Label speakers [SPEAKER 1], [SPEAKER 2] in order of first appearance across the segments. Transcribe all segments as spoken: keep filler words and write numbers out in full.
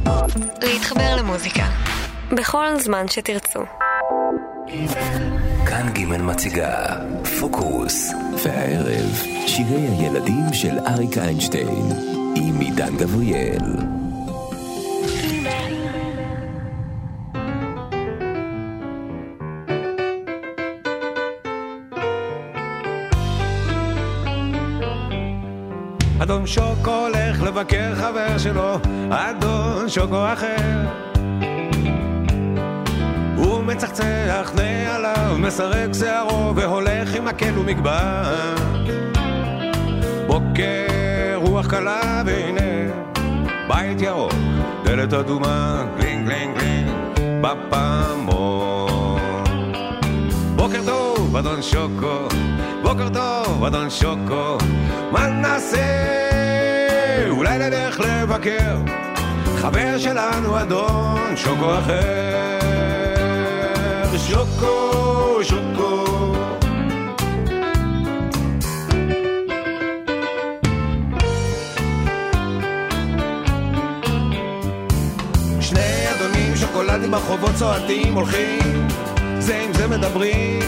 [SPEAKER 1] להתחבר למוזיקה בכל זמן שתרצו.
[SPEAKER 2] כאן ג' מציגה פוקוס, והערב שירי הילדים של אריק איינשטיין עם עידן גבריאל.
[SPEAKER 3] אדון שוקו הולך לבקר חבר שלו, אדון שוקו אחר. הוא מצחצח נעליו, מסרק שערו והולך עם מקל ומגבר. בוקר רוח קלה והנה בית ירוק, דלת אדומה, גלינג גלינג גלינג בפעמון. בוקר טוב אדון שוקו, בוקר טוב אדון שוקו, מה נעשה? אולי נלך לבקר חבר שלנו אדון שוקו אחר. שוקו, שוקו שני אדונים שוקולדים ברחובות צועדים, הולכים זה עם זה מדברים.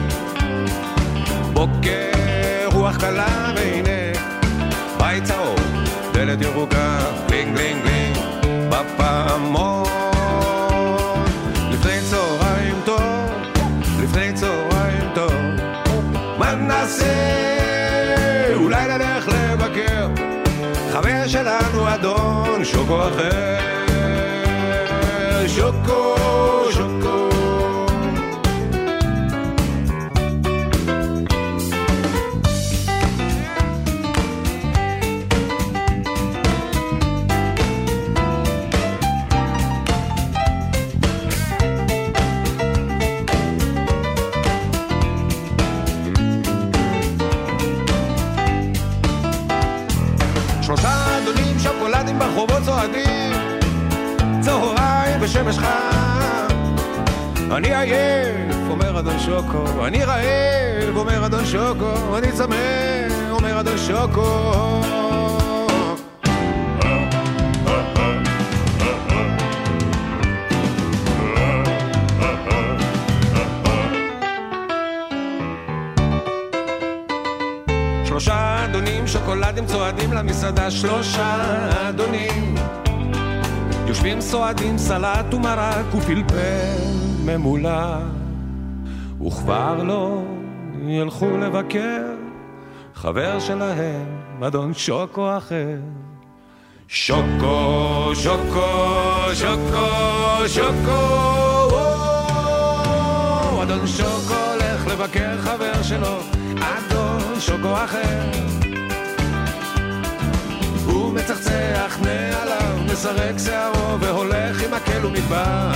[SPEAKER 3] בוקר רוח קלה והנה בית צהוב, דלת ירוקה, בלינג בלינג בלינג בפעמון. לפני צהריים טוב, לפני צהריים טוב, מה נעשה? אולי נלך לבקר חבר שלנו אדון שוקו אחר. שוקו, שוקו ברחובות צועדים, צהריים בשמש חם. אני עייף, אומר אדון שוקו, אני רעב, אומר אדון שוקו, אני צמא, אומר אדון שוקו. שלושה אדונים שוקולדים צועדים למסעדה, שלושה אדונים יושבים סועדים, סלט ומרק ופלפל ממולה, וכבר לא ילכו לבקר חבר שלהם אדון שוקו אחר. שוקו, שוקו, שוקו, שוקו, אדון שוקו הולך לבקר חבר שלו אדון שוקו אחר. הוא מצחצח נעליו, מסרק שערו והולך עם מקל ומדבר.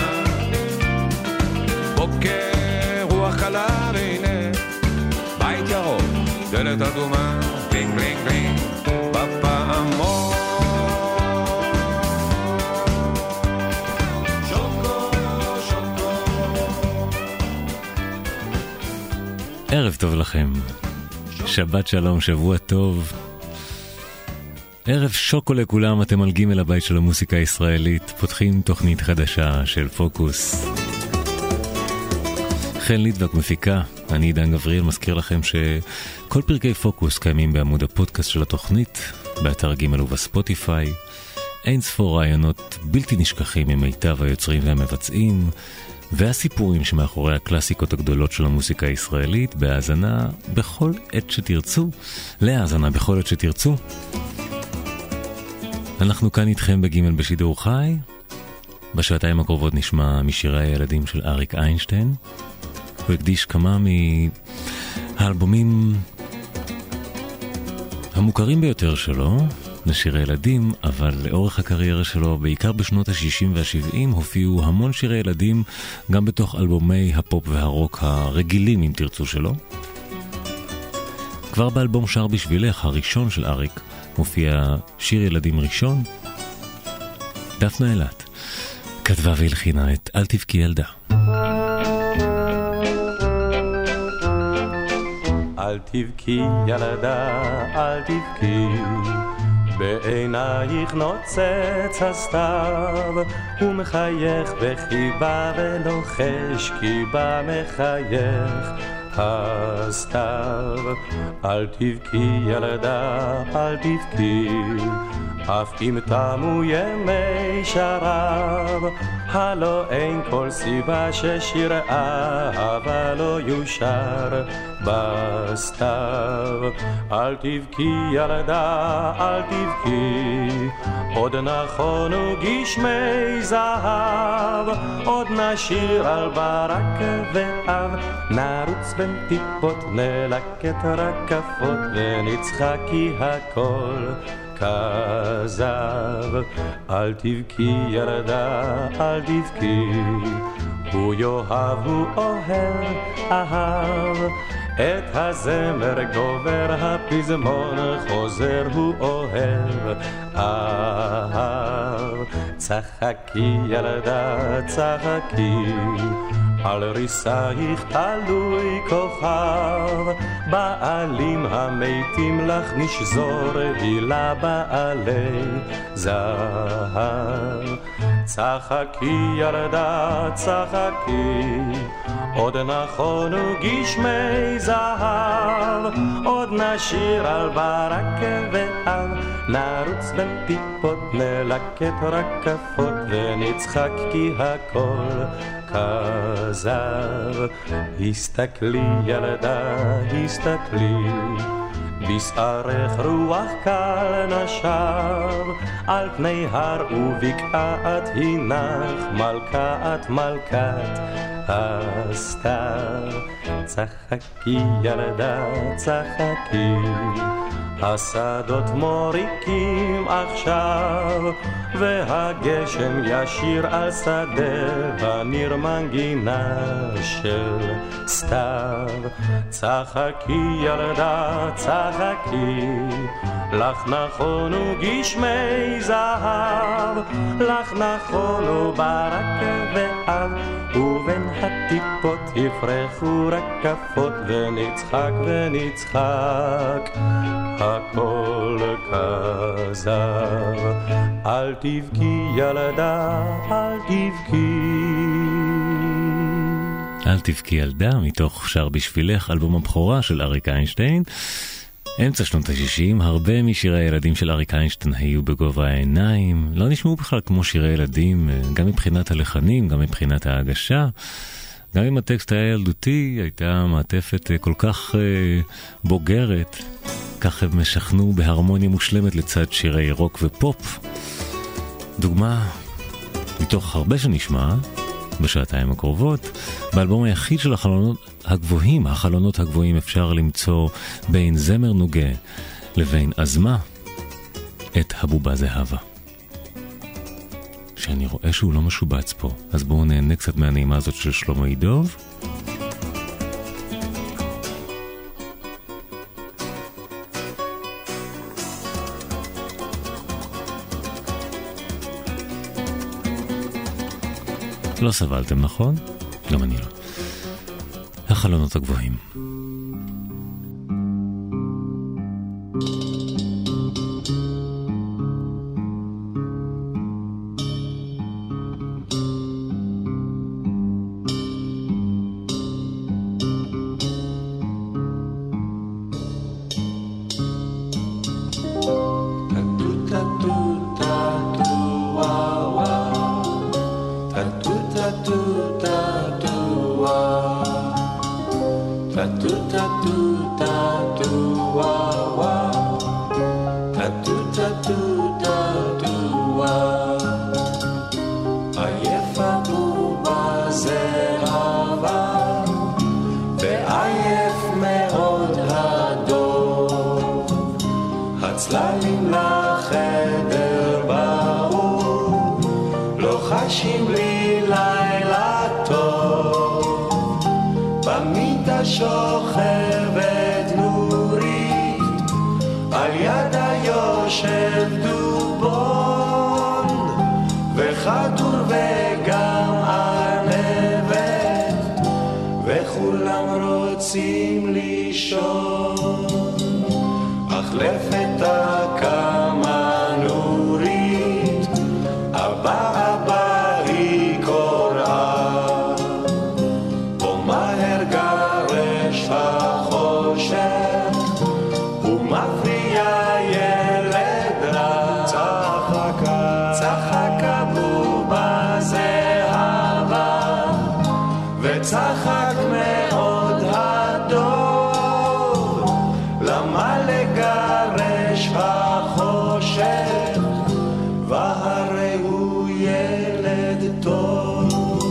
[SPEAKER 3] בוקר רוח קלה והנה בית ירוק, דלת אדומה, בלינג בלינג בלינג בפעמון. שוקו, שוקו.
[SPEAKER 4] ערב טוב לכם, שבת שלום, שבוע טוב. ערב שוקו לכולם, אתם על ג' הבית של המוסיקה הישראלית, פותחים תוכנית חדשה של פוקוס. חן ליטבק מפיקה, אני עידן גבריאל, מזכיר לכם שכל פרקי פוקוס קיימים בעמוד הפודקאסט של התוכנית, באתר ג' ובספוטיפיי. אין ספור רעיונות בלתי נשכחים ממיטב היוצרים והמבצעים, והסיפורים שמאחורי הקלאסיקות הגדולות של המוסיקה הישראלית, בהאזנה בכל עת שתרצו, להאזנה בכל עת שתרצו. אנחנו כאן איתכם בג' בשידור חי. בשעתיים הקרובות נשמע משירי הילדים של אריק איינשטיין. הוא הקדיש כמה מהאלבומים המוכרים ביותר שלו לשירי ילדים, אבל לאורך הקריירה שלו, בעיקר בשנות ה-שישים וה-שבעים, הופיעו המון שירי ילדים גם בתוך אלבומי הפופ והרוק הרגילים, אם תרצו שלו. כבר באלבום שר בשבילך, הראשון של אריק, מופיע שיר ילדים ראשון. דפנה אילת כתבה והלחינה את אל תבכי ילדה.
[SPEAKER 5] אל תבכי ילדה, אל תבכי, בעינייך נוצץ הסתיו, הוא מחייך בחיבה ולוחש כי בה מחייך הסתיו. אל תבכי ילדה, אל תבכי, אף אם תמו ימי שרב, הלא אין כל סיבה ששיר אהבה לא יושר בסתיו. אל תבכי ילדה, אל תבכי, עוד נכונו גשמי זהב, עוד נשיר על ברק ואב, נרוץ בין טיפות, נלקט רקפות ונצחק כי הכל כזב. אל תבכי ילדה, אל תבכי, הוא יאהב, הוא אוהב, אהב, את הזמר גובר, הפזמון חוזר, הוא אוהב, אהב. צחקי ילדה, צחקי, על ריסייך תלוי כוכב, בעלים המתים לך נשזור, הילה בעלי זהב. צחקי ילדה, צחקי, עוד נכונו גשמי זהב, עוד נשיר על ברק ואב, נרוץ בין טיפות, נלקט רקפות ונצחק כי הכל כזב. הסתכלי ילדה, הסתכלי, בשערך רוח קל נשב, על פני הר ובקעת הנך, מלכת מלכת הסתיו. צחקי ילדה, צחקי, השדות מוריקים עכשיו, והגשם ישיר על שדה, בניר מנגינה של סתיו. צחקי ילדה, צחקי, לך נכונו גשמי זהב, לך נכונו ברק ואב, ובין הטיפות יפרחו רקפות, ונצחק ונצחק הכל כזב. אל תבכי ילדה, אל תבכי.
[SPEAKER 4] אל תבכי ילדה, מתוך שר בשבילך, אלבום הבכורה של אריק איינשטיין. אמצע שנות ה-שישים, הרבה משירי הילדים של אריק איינשטיין היו בגובה העיניים, לא נשמעו בכלל כמו שירי ילדים, גם מבחינת הלחנים, גם מבחינת ההגשה. גם אם הטקסט היה ילדותי, הייתה מעטפת כל כך בוגרת, כך הם משכנו בהרמוניה מושלמת לצד שירי רוק ופופ. דוגמה מתוך הרבה שנשמע בשעתיים הקרובות, באלבום היחיד של החלונות הגבוהים, החלונות הגבוהים, אפשר למצוא בין זמר נוגה לבין אזמה את הבובה זהבה, שאני רואה שהוא לא משובץ פה, אז בואו נהנה קצת מהנעימה הזאת של שלמה ידוב. לא סבלתם, נכון? גם אני לא. החלונות הגבוהים.
[SPEAKER 5] שוכבת נורית על יד היושב דובון וחתור וגם ארנבת וכולם לישון, אך לפתע קמה החושך, והרי הוא ילד טוב.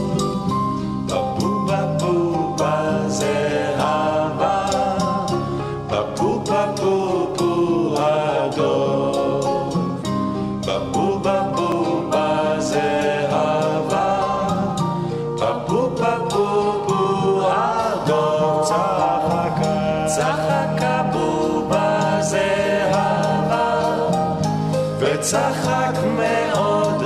[SPEAKER 5] בבו בבו בזהבה, בבו בבו בו הדוב, בבו בבו בזהבה, בבו בבו בו הדוב. צחקה צחקה בו בזהבה, וצחק מאוד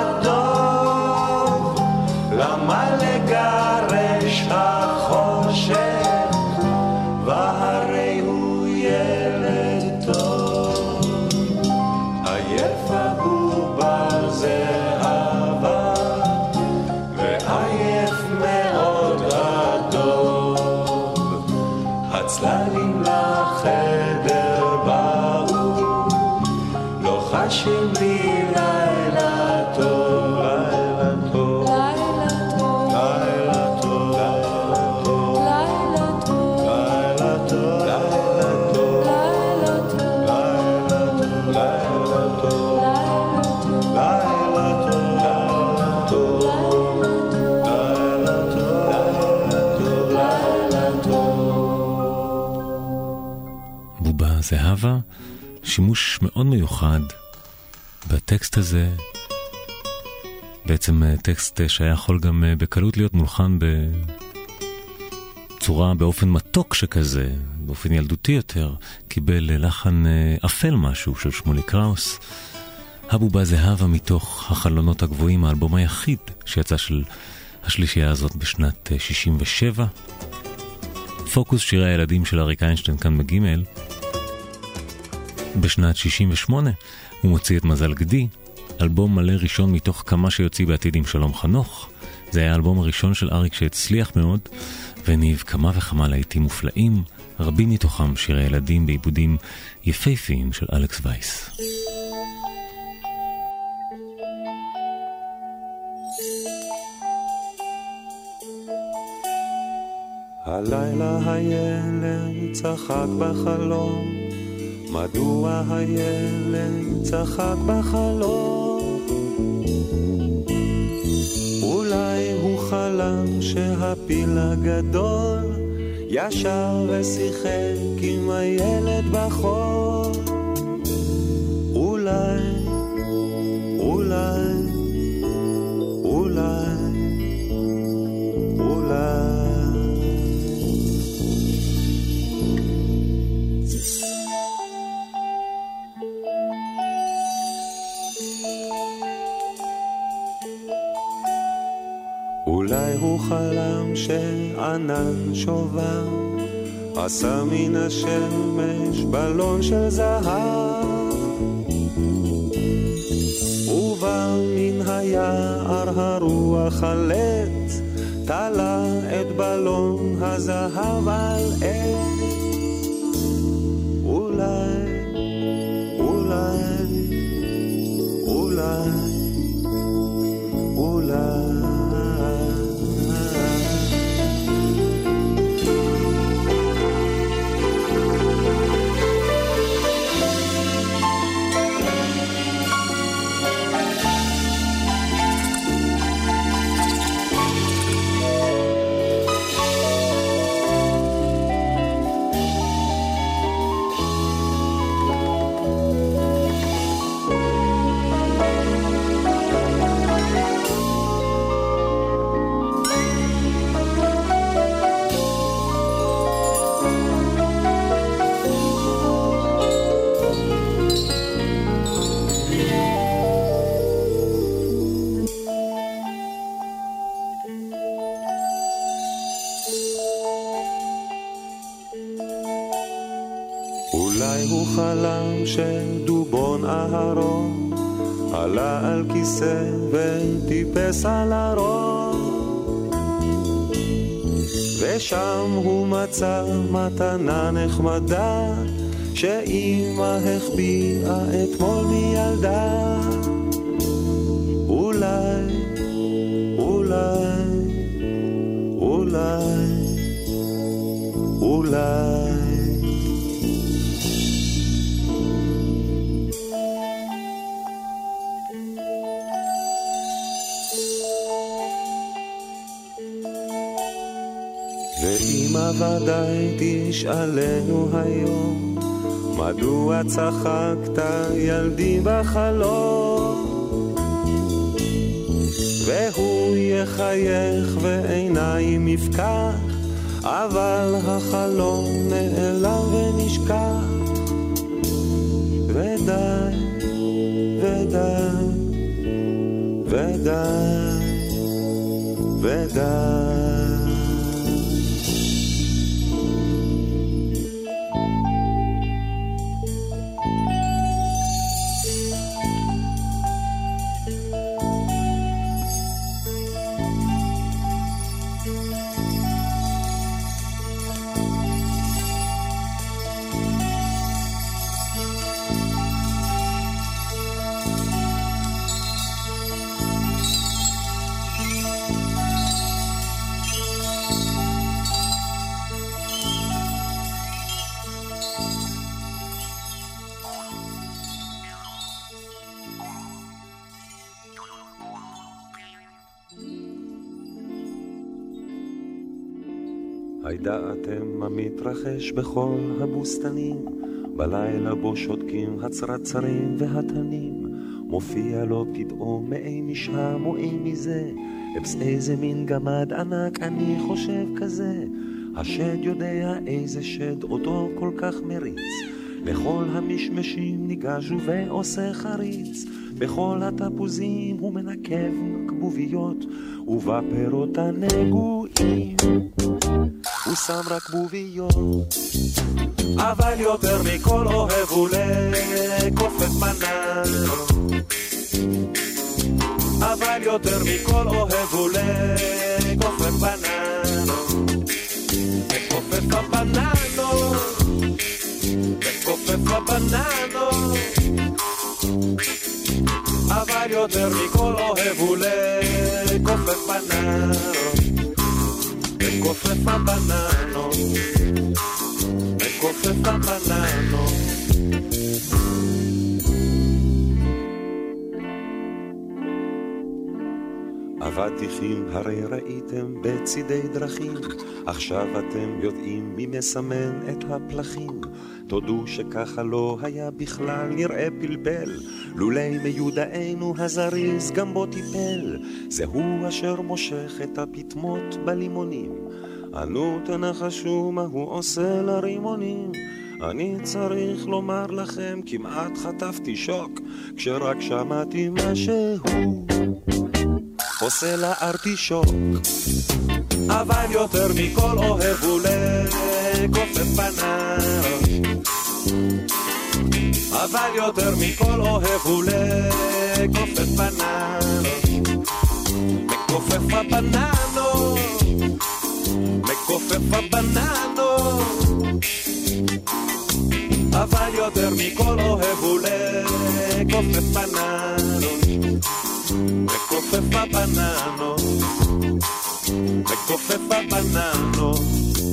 [SPEAKER 5] הדוב. למה לגרש החושך, והרי הוא ילד טוב. עייפה הוא בזהבה, ועייף מאוד הדוב. הצללים לחדר באו, לא חשים לי לילה טוב. לילה טוב, לילה טוב, לילה טוב, לילה טוב, לילה טוב, לילה טוב, לילה טוב, לילה טוב.
[SPEAKER 4] בובה זהבה, שימוש מאוד מיוחד בטקסט הזה, בעצם טקסט שהיה יכול גם בקלות להיות מולחן בצורה, באופן מתוק שכזה, באופן ילדותי יותר, קיבל לחן אפל משהו של שמולי קראוס. הבובה זהבה מתוך החלונות הגבוהים, האלבום היחיד שיצא של השלישייה הזאת בשנת שישים ושבע. פוקוס שירי הילדים של אריק איינשטיין כאן בגימל. בשנת שישים ושמונה הוא מוציא את מזל גדי, אלבום מלא ראשון מתוך כמה שיוציא בעתיד עם שלום חנוך. זה היה האלבום הראשון של אריק שהצליח מאוד, וניב כמה וכמה להיטים מופלאים, רבים מתוכם שירי ילדים בעיבודים יפהפיים של אלכס וייס.
[SPEAKER 5] הלילה הילד צחק בחלום, מדוע הילד צחק בחלום? אולי הוא חלם שהפיל הגדול ישב ושיחק עם הילד בחול. אולי, אולי, אולי, אולי. אולי הוא חלם שענן שובר עשה מן השמש בלון של זהב, ובא מן היער הרוח הלט תלה את בלון הזהב על עת. אולי, אולי, אולי, אולי. אולי הוא חלם שדובון אהרון עלה על כיסא וטיפס על הראש, ושם הוא מצא מתנה נחמדה שאמא החביאה אתמול מילדה. אולי, אולי, אולי, אולי. אתה ודאי תשאלנו היום, מדוע צחקת ילדי בחלום? והוא יחייך ועיניים יפקח, אבל החלום נעלם ונשכח. ודי, ודי, ודי, ודי. הידעתם המתרחש בכל הבוסתנים, בלילה בו שותקים הצרצרים והתנים, מופיע לו פתאום מאי משם או אי מזה, אפס איזה מין גמד ענק אני חושב כזה, השד יודע איזה שד אותו כל כך מריץ, לכל המשמשים ניגש ועושה חריץ, בכל התפוזים הוא מנקב כבוביות, ובפירות הנגועים הוא שם רק בוביות. אבל יותר מכל אוהב הוא לקופת בננות, אבל יותר מכל אוהב הוא לקופת בננות, לקופת הבננות, לקופת הבננות. אבל יותר מכל אוהב הוא לקופת בננות, לקופת הבננות, לקופת הבננות. אבטיחים הרי ראיתם בצידי דרכים, עכשיו אתם יודעים מי מסמן את הפלחים. תודו שככה לא היה בכלל נראה פלפל, לולי מיודענו הזריז גם בו טיפל. זהו אשר מושך את הפטמות בלימונים, אנו תנחשו מה הוא עושה לרימונים. אני צריך לומר לכם כמעט חטפתי שוק, כשרק שמעתי מה שהוא עושה לארטישוק. אבל יותר מכל אוהב הוא לקופת בננות, אבל יותר מכל אוהב הוא לקופת בננות, לקופף הבננות, לקופף הבננות. אבל יותר מכל אוהב הוא לקופף בננות, לקופף הבננות, לקופף הבננות.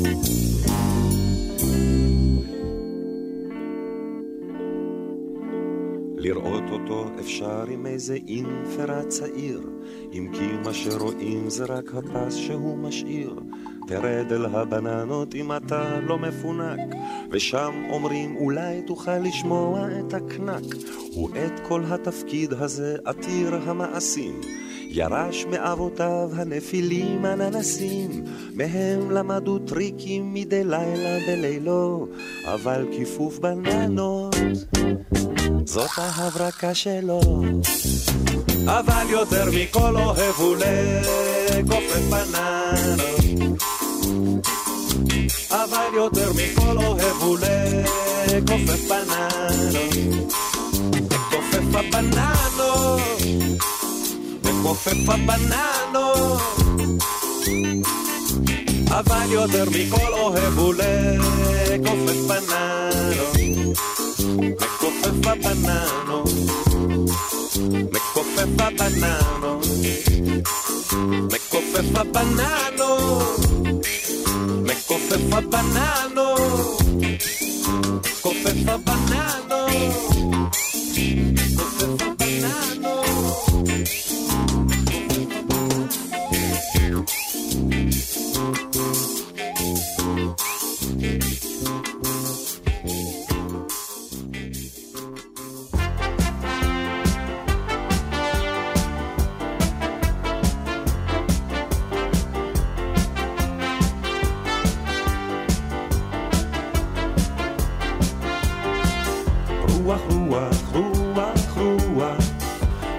[SPEAKER 5] לראות אותו אפשר עם איזה אינפרה צעיר, אם כי מה שרואים זה רק הפס שהוא משאיר. תרד אל הבננות אם אתה לא מפונק, ושם אומרים אולי תוכל לשמוע את הקנק. הוא את כל התפקיד הזה עתיר המעשים, ירש מאבותיו הנפילים הננסים, מהם למדו טריקים מדי לילה בלילו. אבל כיפוף בננות זאת ההברקה שלו. אבל יותר מכל אוהב הוא לקופת בננות, אבל יותר מכל אוהב הוא לקופת בננות, לקופף הבננות, לקופף הבננות. אבל יותר מכל אוהב הוא לקופף בננות, לקופף הבננות, לקופף הבננות, לקופף הבננות, לקופף הבננות, לקופף הבננות, לקופף הבננות.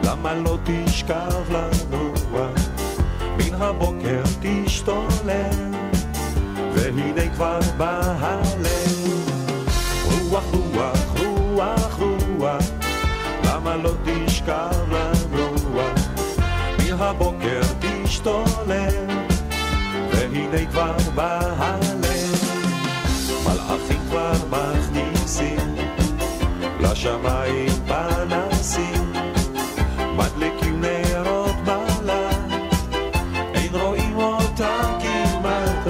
[SPEAKER 5] למה לא תשכב לנוע, מן הבוקר תשתולל, והנה כבר בא הלב. רוח רוח רוח רוח, למה לא תשכב לנוע, מן הבוקר תשתולל, והנה כבר בא הלב. מלאכים כבר מכניסים לשמיים פנסים, מדליקים נרות בלט, אין רואים אותם כמעט.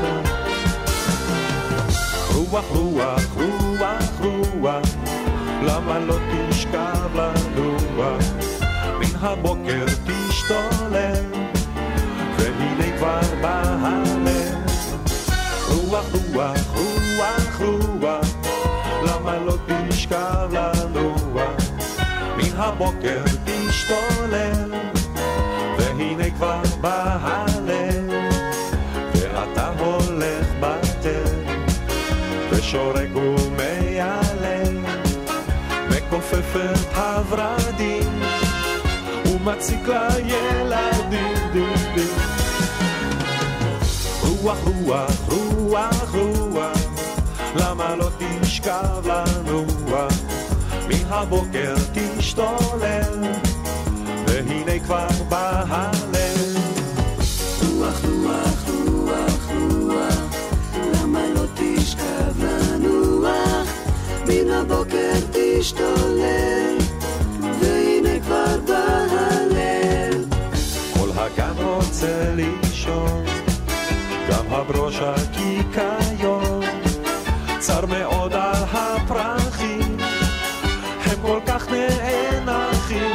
[SPEAKER 5] רוח רוח רוח רוח, למה לא תשכב לנוע, מן הבוקר תשתולל, והנה כבר בא הלב. רוח רוח רוח רוח, למה לא תשכב לנוע, מן הבוקר תשתולל, והנה כבר בא הלב. ואתה הולך בטל ושורק ומיילל, מכופף את הורדים ומציק לילדים. רוח רוח רוח רוח, למה לא תשכב לנוע, מן הבוקר תשתולל, והנה כבר בא הלב.
[SPEAKER 6] רוח רוח רוח רוח, למה לא תשכב לנוע, מן הבוקר תשתולל, והנה כבר בא הלב.
[SPEAKER 5] כל הגן רוצה לישון, גם הברוש הקיקיון, צר מאוד על הפרחים, הם כל כך נאנחים.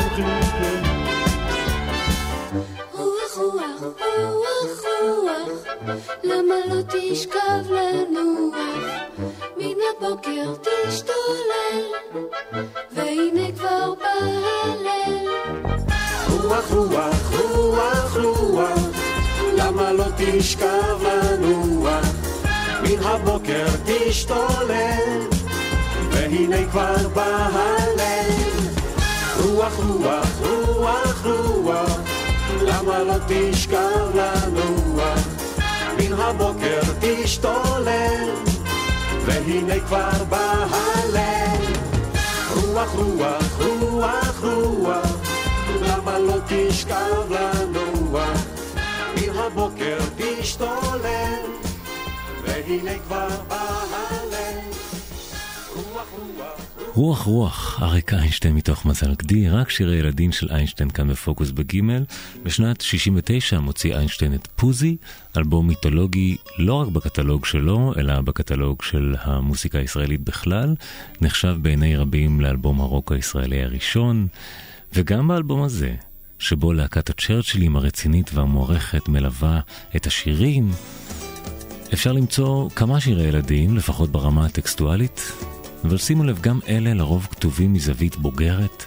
[SPEAKER 6] רוח רוח רוח רוח, למה לא תשכב לנוח, מן הבוקר תשתולל, והנה כבר בא הלב.
[SPEAKER 5] רוח רוח רוח רוח, למה לא תשכב לנוע, מן הבוקר תשתולל, והנה כבר בא הלב. רוח רוח רוח רוח, למה לא תשכב לנוע, מן הבוקר תשתולל, והנה כבר בא הלב. רוח רוח רוח רוח, למה לא תשכב לנוע, מן הבוקר תשתולל, והנה כבר בא הלב. רוח רוח
[SPEAKER 4] רוח רוח, אריק איינשטיין מתוך מזל גדי, רק שירי ילדים של איינשטיין כאן בפוקוס בגימל. בשנת שישים ותשע מוציא איינשטיין את פוזי, אלבום מיתולוגי לא רק בקטלוג שלו, אלא בקטלוג של המוסיקה הישראלית בכלל, נחשב בעיני רבים לאלבום הרוק הישראלי הראשון, וגם באלבום הזה, שבו להקת הצ'רצ'ילים הרצינית והמוערכת מלווה את השירים, אפשר למצוא כמה שירי ילדים, לפחות ברמה הטקסטואלית, אבל שימו לב, גם אלה לרוב כתובים מזווית בוגרת.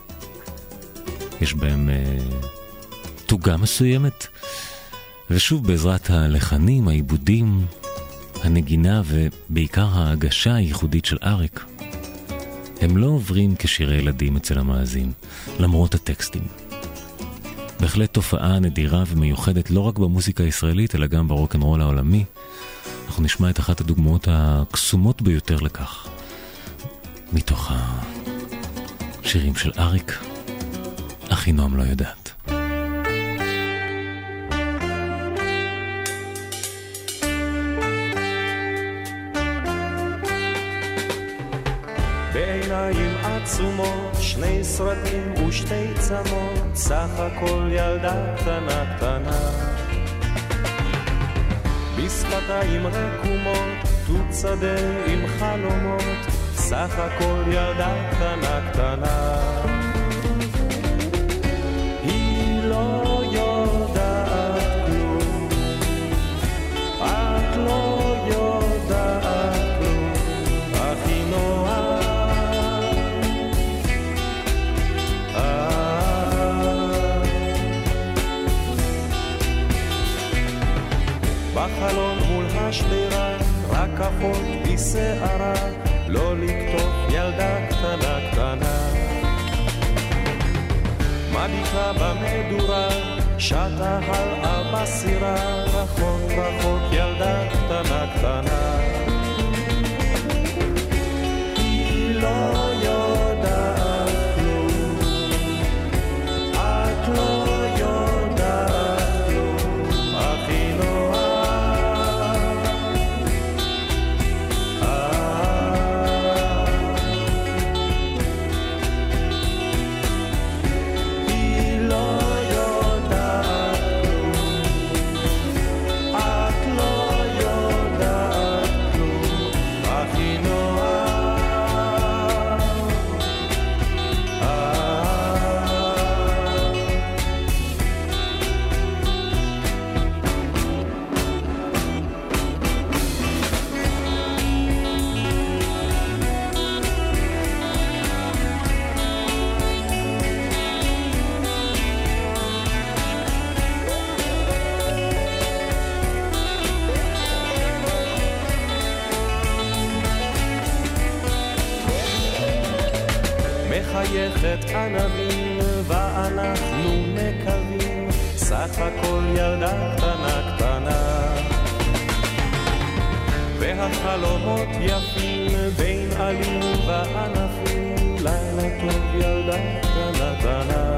[SPEAKER 4] יש בהם אה, תוגה מסוימת, ושוב בעזרת הלחנים, העיבודים, הנגינה ובעיקר ההגשה הייחודית של אריק, הם לא עוברים כשירי ילדים אצל המאזין, למרות הטקסטים. בהחלט תופעה נדירה ומיוחדת לא רק במוזיקה הישראלית, אלא גם ברוק'נ'רול העולמי. אנחנו נשמע את אחת הדוגמאות הקסומות ביותר לכך, מתוך השירים של אריק, אחינועם לא יודעת.
[SPEAKER 5] בעיניים עצומות, שני סרטים ושתי צמות, סך הכל ילדה קטנה קטנה. בשפתיים רקומות, תות שדה עם חלומות, סך הכל ילדה קטנה קטנה. היא לא יודעת כלום, את לא יודעת כלום, אחינועם. בחלון מול השדרה, רק אחות בשערה, לא לקטוף ילדה קטנה קטנה. מדיקה במדורה, שטה הלאה בסירה, רחוק רחוק ילדה קטנה קטנה. היא לא יודעת כלום, את לא יודעת כלום, הכי נורא. היא לא יודעת כלום, את לא יודעת כלום, הכי נורא. מחייכת ענבים ואנחנו מקווים, סך הכל ילדה קטנה קטנה, והחלומות יפים בין עלים וענפים, לילה טוב ילדה קטנה קטנה.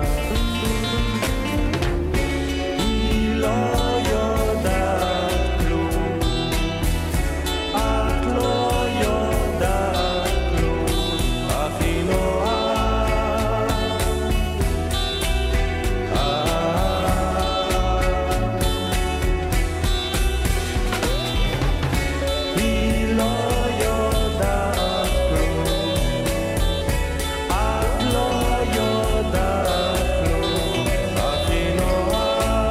[SPEAKER 5] היא לא יודעת כלום, את לא יודעת כלום, הכי נורא. היא לא יודעת כלום, את לא יודעת כלום, הכי נורא.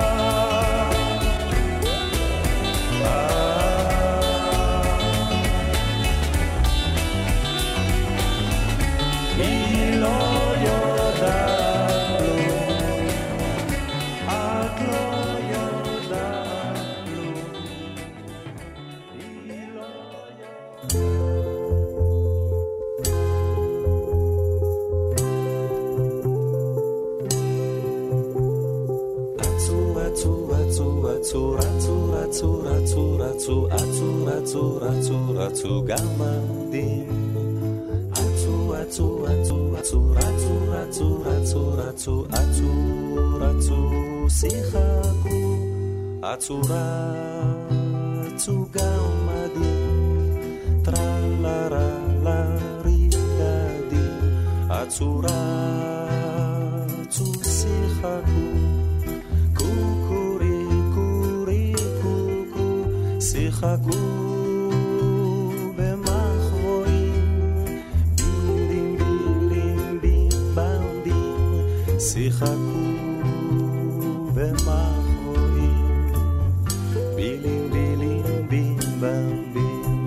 [SPEAKER 5] היא לא יודעת כלום, את לא יודעת כלום, היא לא רצו רצו רצו רצו רצו רצו רצו רצו רצו גמדים, רצו רצו רצו רצו רצו רצו רצו רצו רצו שיחקו, רצו רצו גמדים, טרלרה לרידדים, רצו רצו שיחקו, קוקורי קורי קוקו, שיחקו במחבואים, בילים בילים בים במבים, שיחקו במחבואים, בילים בילים בים במבים,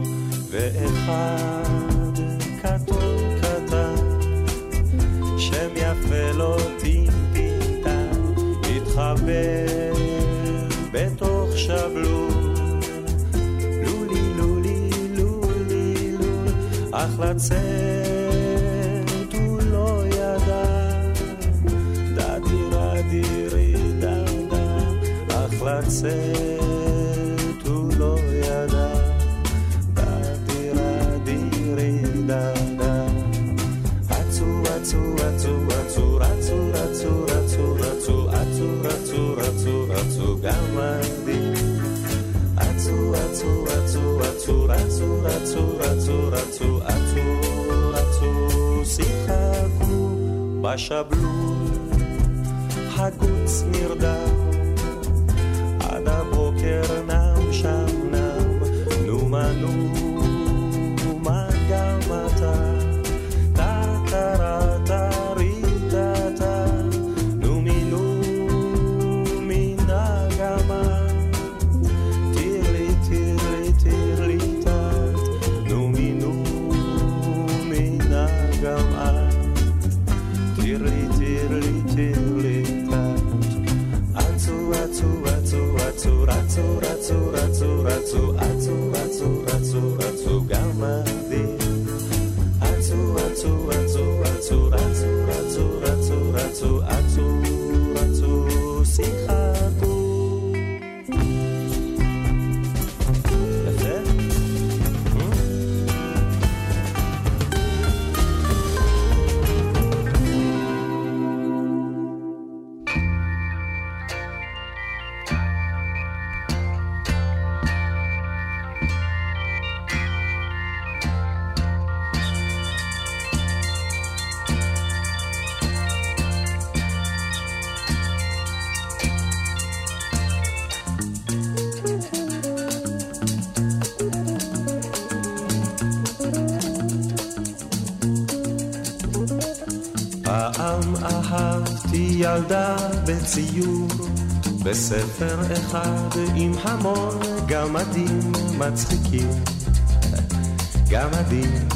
[SPEAKER 5] ואחד קטון קטן, שם יפה לו טיפינטן, התחבר בתוך שבלול, לולי לולי לולי לול, אך לצאת הוא לא ידע, דדירה דירי דדה, אך לצאת הוא לא ידע, דדירה דירי דדה. רצו רצו רצו רצו רצו רצו רצו רצו רצו רצו רצו רצו גמדים, רצו רצו רצו רצו רצו רצו רצו רצו רצו רצו שיחקו בשבלול, הגוץ נרדם עד הבוקר, נם שם נם, נומה נומה גם אתה, טה-טה-רה טה-רי-טה-טה, נומי נומי נגמה, טירלי טירלי טירלי טט, נומי נומי נגמה, טירלי טירלי טירלי טט. רצו רצו רצו רצו רצו ילדה בציור בספר אחד עם המון גמדים מצחיקים, גמדים.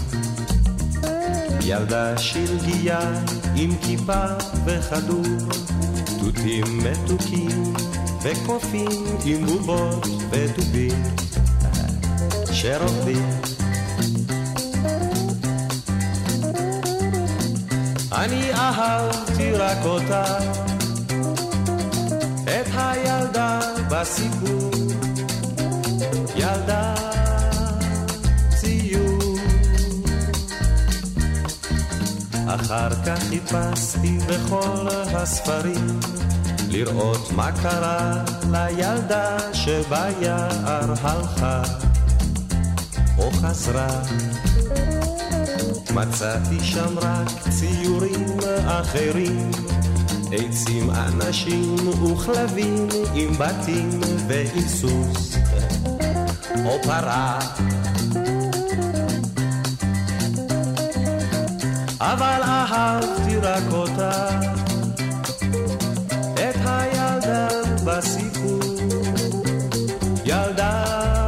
[SPEAKER 5] ילדה שלגיה עם כיפה וכדור, תותים מתוקים וקופים עם בובות וטובים שרוקדים. אני אהבתי רק אותה, את הילדה בסיפור, ילדה ציור. אחר כך חיפשתי בכל הספרים לראות מה קרה לילדה שביער הלכה או חזרה. מצאתי שם רק ציורים אחרים, עצים, אנשים וכלבים עם בתים ועם סוס או פרה. אבל אהבתי רק אותה, את הילדה בסיפור, ילדה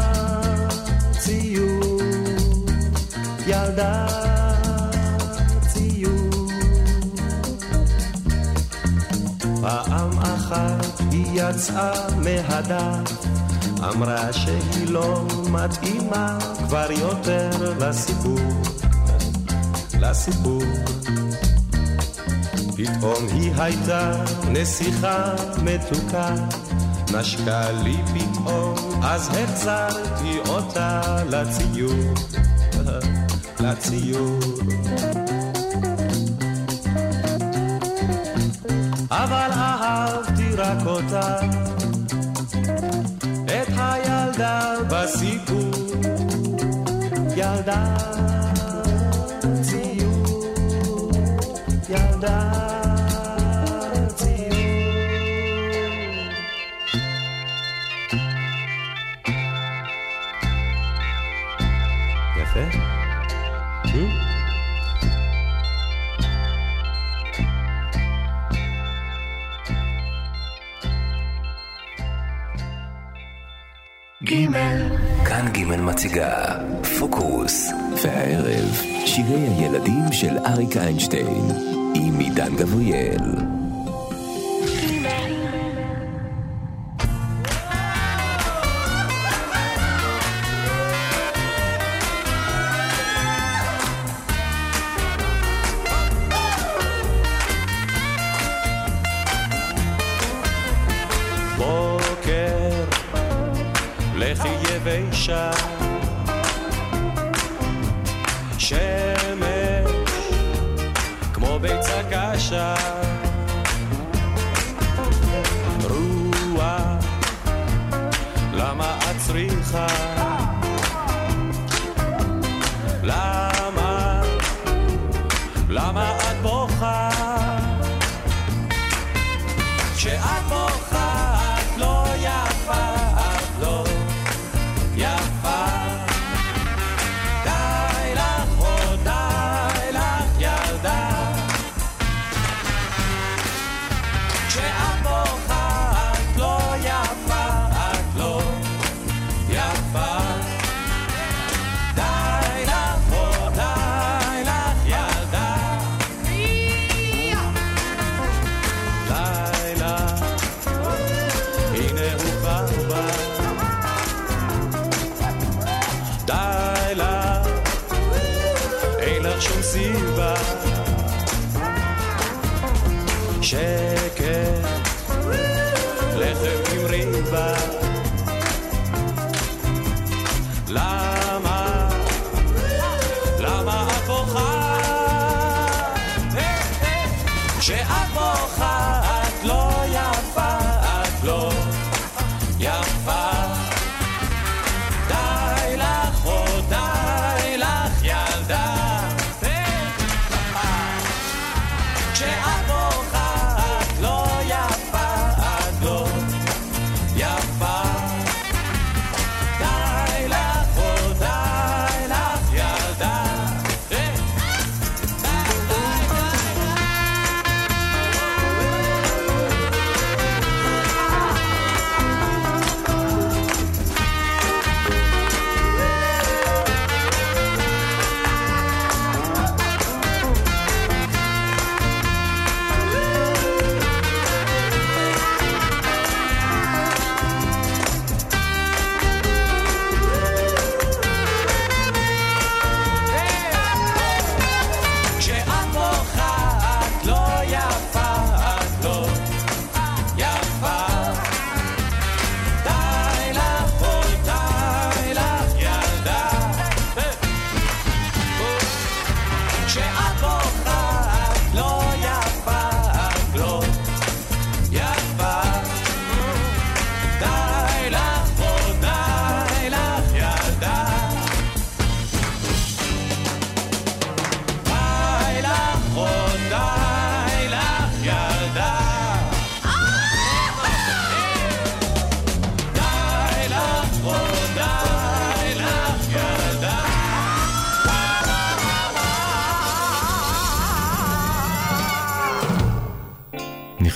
[SPEAKER 5] ציור, ילדה פעם אחת היא יצאה מהדף, אמרה שהיא לא מתאימה כבר יותר לסיפור, לסיפור. פתאום היא הייתה נסיכה מתוקה, נשקה לי פתאום, אז החזרתי אותה לציור, לציור. אבל אהבתי רק אותה, את הילדה בסיפור, ילדה ציור, ילדה ציור. יפה?
[SPEAKER 2] גימל. כאן גימל מציגה פוקוס, והערב שירי הילדים של אריק איינשטיין עם עידן גבריאל.
[SPEAKER 5] שמש כמו ביצה קשה, רוח למה את צריכה, למה למה את בוכה, כשאת בוכה את לא יפה, את לא יפה. שקט, לחם עם ריבה, למה, למה את בוכה? כשאת בוכה את לא יפה, את לא יפה. די לך, או די לך ילדה, כשאת בוכה את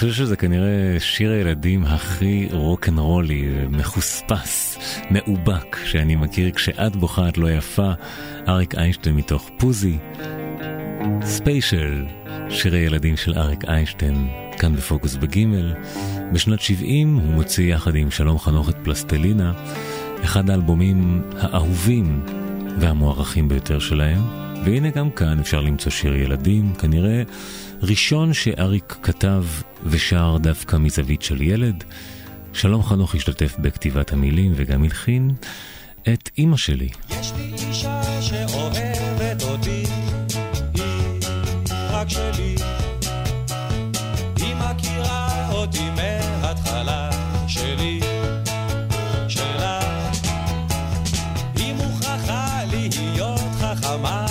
[SPEAKER 4] חושב שזה כנראה שיר הילדים הכי רוק'נ'רולי, מחוספס, מאובק, שאני מכיר. כשאת בוכה את לא יפה, אריק איינשטיין מתוך פוזי. ספיישל, שיר הילדים של אריק איינשטיין, כאן בפוקוס בגימל. בשנת שבעים הוא מוציא יחד עם שלום חנוך את פלסטלינה, אחד האלבומים האהובים והמוערכים ביותר שלהם. והנה גם כאן אפשר למצוא שיר ילדים, כנראה ראשון שאריק כתב ושר דווקא מזווית של ילד. שלום חנוך השתתף בכתיבת המילים וגם הלחין את אמא שלי.
[SPEAKER 7] יש לי אישה שאוהבת אותי, היא רק שלי, היא מכירה אותי מההתחלה שלי, שלה, היא מוכרחה להיות חכמה,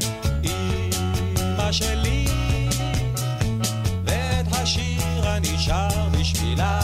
[SPEAKER 7] אמא שלי, ואת השיר אני שר בשבילה.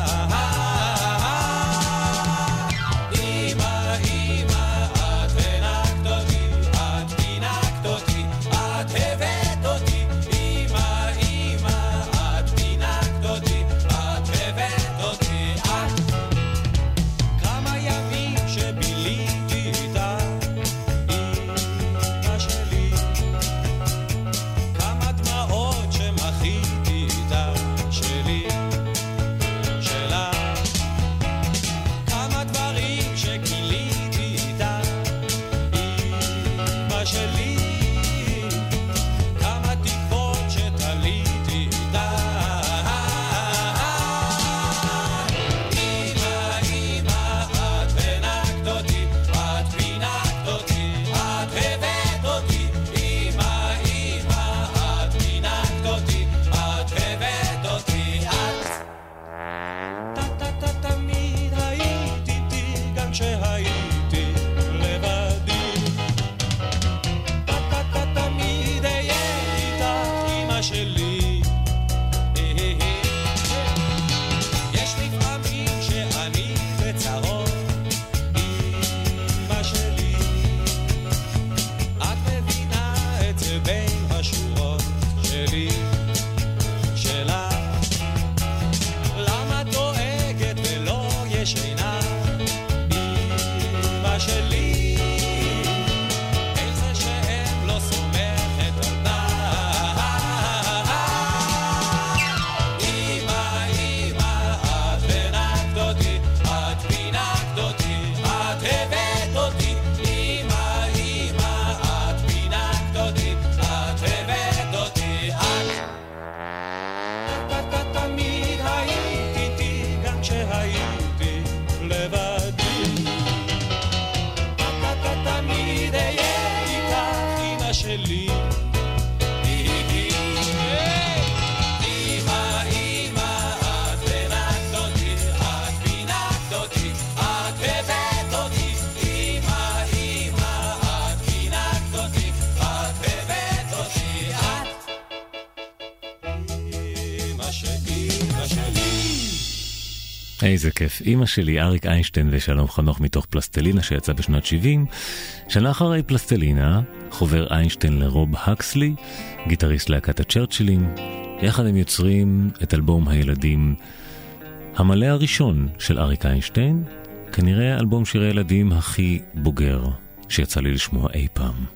[SPEAKER 4] איזה כיף. אמא שלי, אריק איינשטיין ושלום חנוך מתוך פלסטלינה שיצא בשנת שבעים. שנה אחרי פלסטלינה חובר איינשטיין לרוב הקסלי, גיטריסט להקת הצ'רצ'ילים. יחד הם יוצרים את אלבום הילדים המלא הראשון של אריק איינשטיין, כנראה אלבום שירי ילדים הכי בוגר שיצא לי לשמוע אי פעם.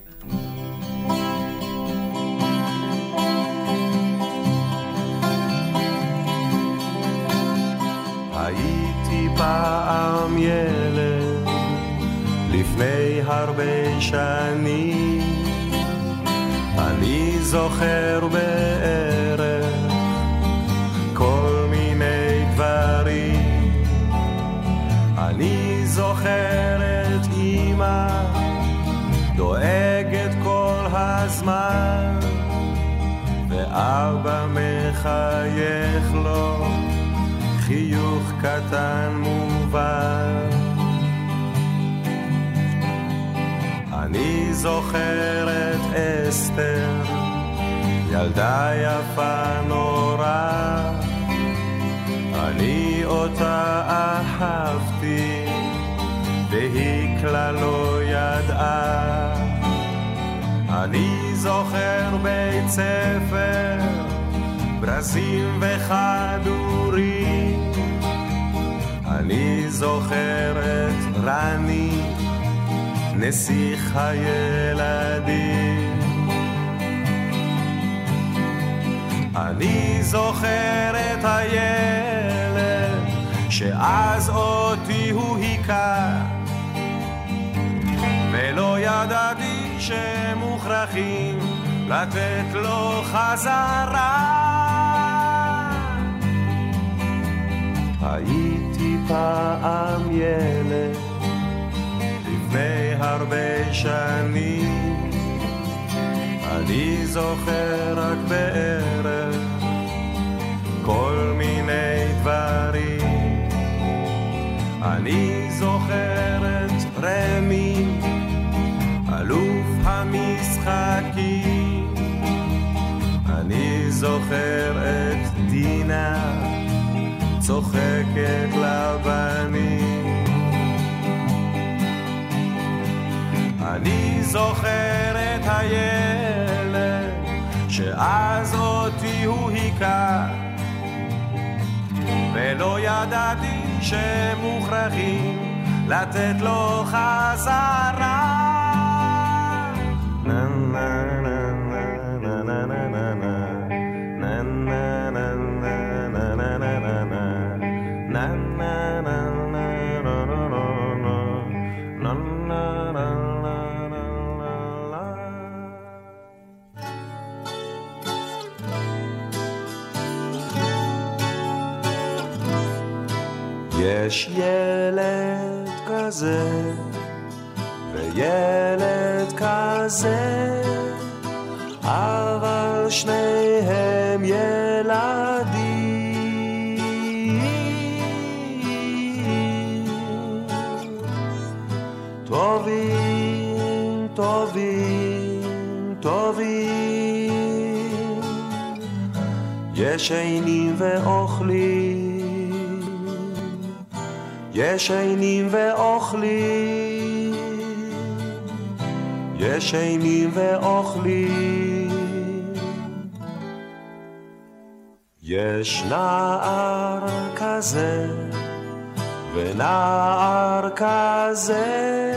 [SPEAKER 5] הייתי פעם ילד לפני הרבה שנים, אני זוכר בערך כל מיני דברים. אני זוכר את אמא דואגת כל הזמן, ואבא מחייך לו חיוך קטן מובן. אני זוכר את אסתר, ילדה יפה נורא, אני אותה אהבתי והיא כלל לא ידעה. אני זוכר בית ספר
[SPEAKER 8] ברזים וכדורים. אני זוכר את רני, נסיך הילדים. אני זוכר את הילד שאז אותי הוא היכה, ולא ידעתי שמוכרחים לתת לו חזרה. הייתי פעם ילד לפני הרבה שנים, אני זוכר רק בערך כל מיני דברים. אני זוכר את רמי, אלוף המשחקים. אני זוכר את דינה, צוחקת לבנים. אני זוכר את הילד שאז אותי הוא היכה, ולא ידעתי שמוכרחים לתת לו חזרה. נה נה נה נה נה נה נה נה נה נה יש ילד כזה וילד כזה, אבל שניהם ילדים טובים, טובים, טובים. ישנים ואוכלים, ישנים ואוכלים, ישנים ואוכלים. יש נער כזה ונער כזה,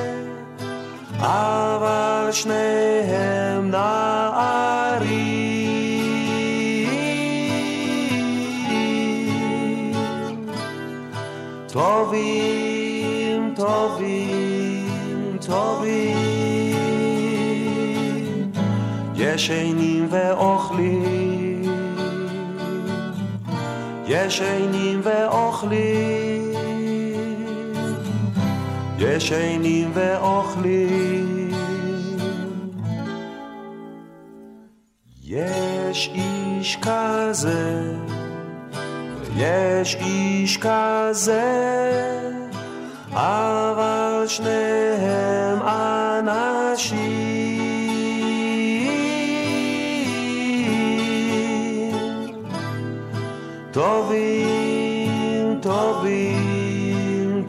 [SPEAKER 8] אבל שניהם נערים טובים, טובים, טובים. ישנים ואוכלים, ישנים ואוכלים, ישנים ואוכלים. יש איש כזה ויש איש כזה, אבל שניהם אנשים טובים, טובים,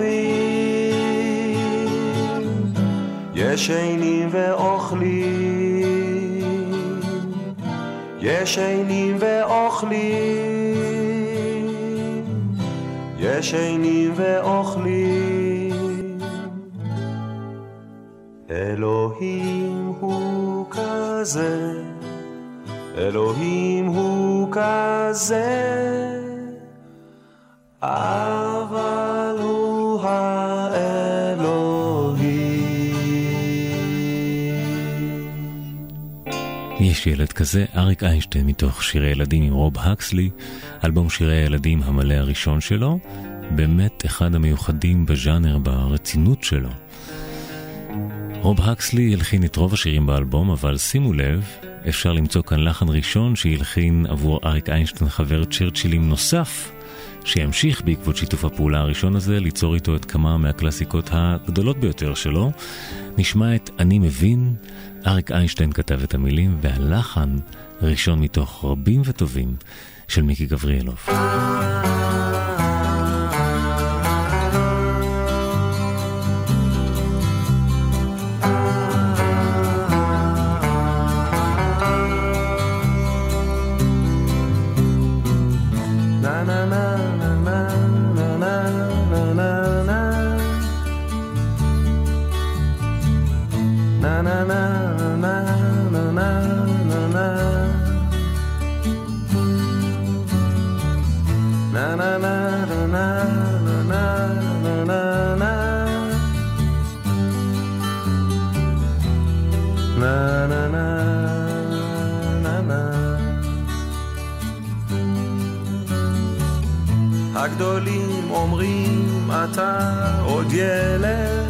[SPEAKER 8] טובים. ישנים ואוכלים, ישנים ואוכלים, ישנים ואוכלים. אלוהים הוא כזה, אלוהים הוא כזה, אבל הוא האלוהים.
[SPEAKER 4] יש ילד כזה, אריק איינשטיין מתוך שירי ילדים עם רוב הקסלי, אלבום שירי הילדים המלא הראשון שלו, באמת אחד המיוחדים בז'אנר ברצינות שלו. רוב הקסלי הלחין את רוב השירים באלבום, אבל שימו לב, אפשר למצוא כאן לחן ראשון שהלחין עבור אריק איינשטיין חבר צ'רצ'ילים נוסף, שימשיך בעקבות שיתוף הפעולה הראשון הזה ליצור איתו את כמה מהקלאסיקות הגדולות ביותר שלו. נשמע את אני מבין, אריק איינשטיין כתב את המילים, והלחן ראשון מתוך רבים וטובים של מיקי גבריאלוב.
[SPEAKER 8] הגדולים אומרים אתה עוד ילד,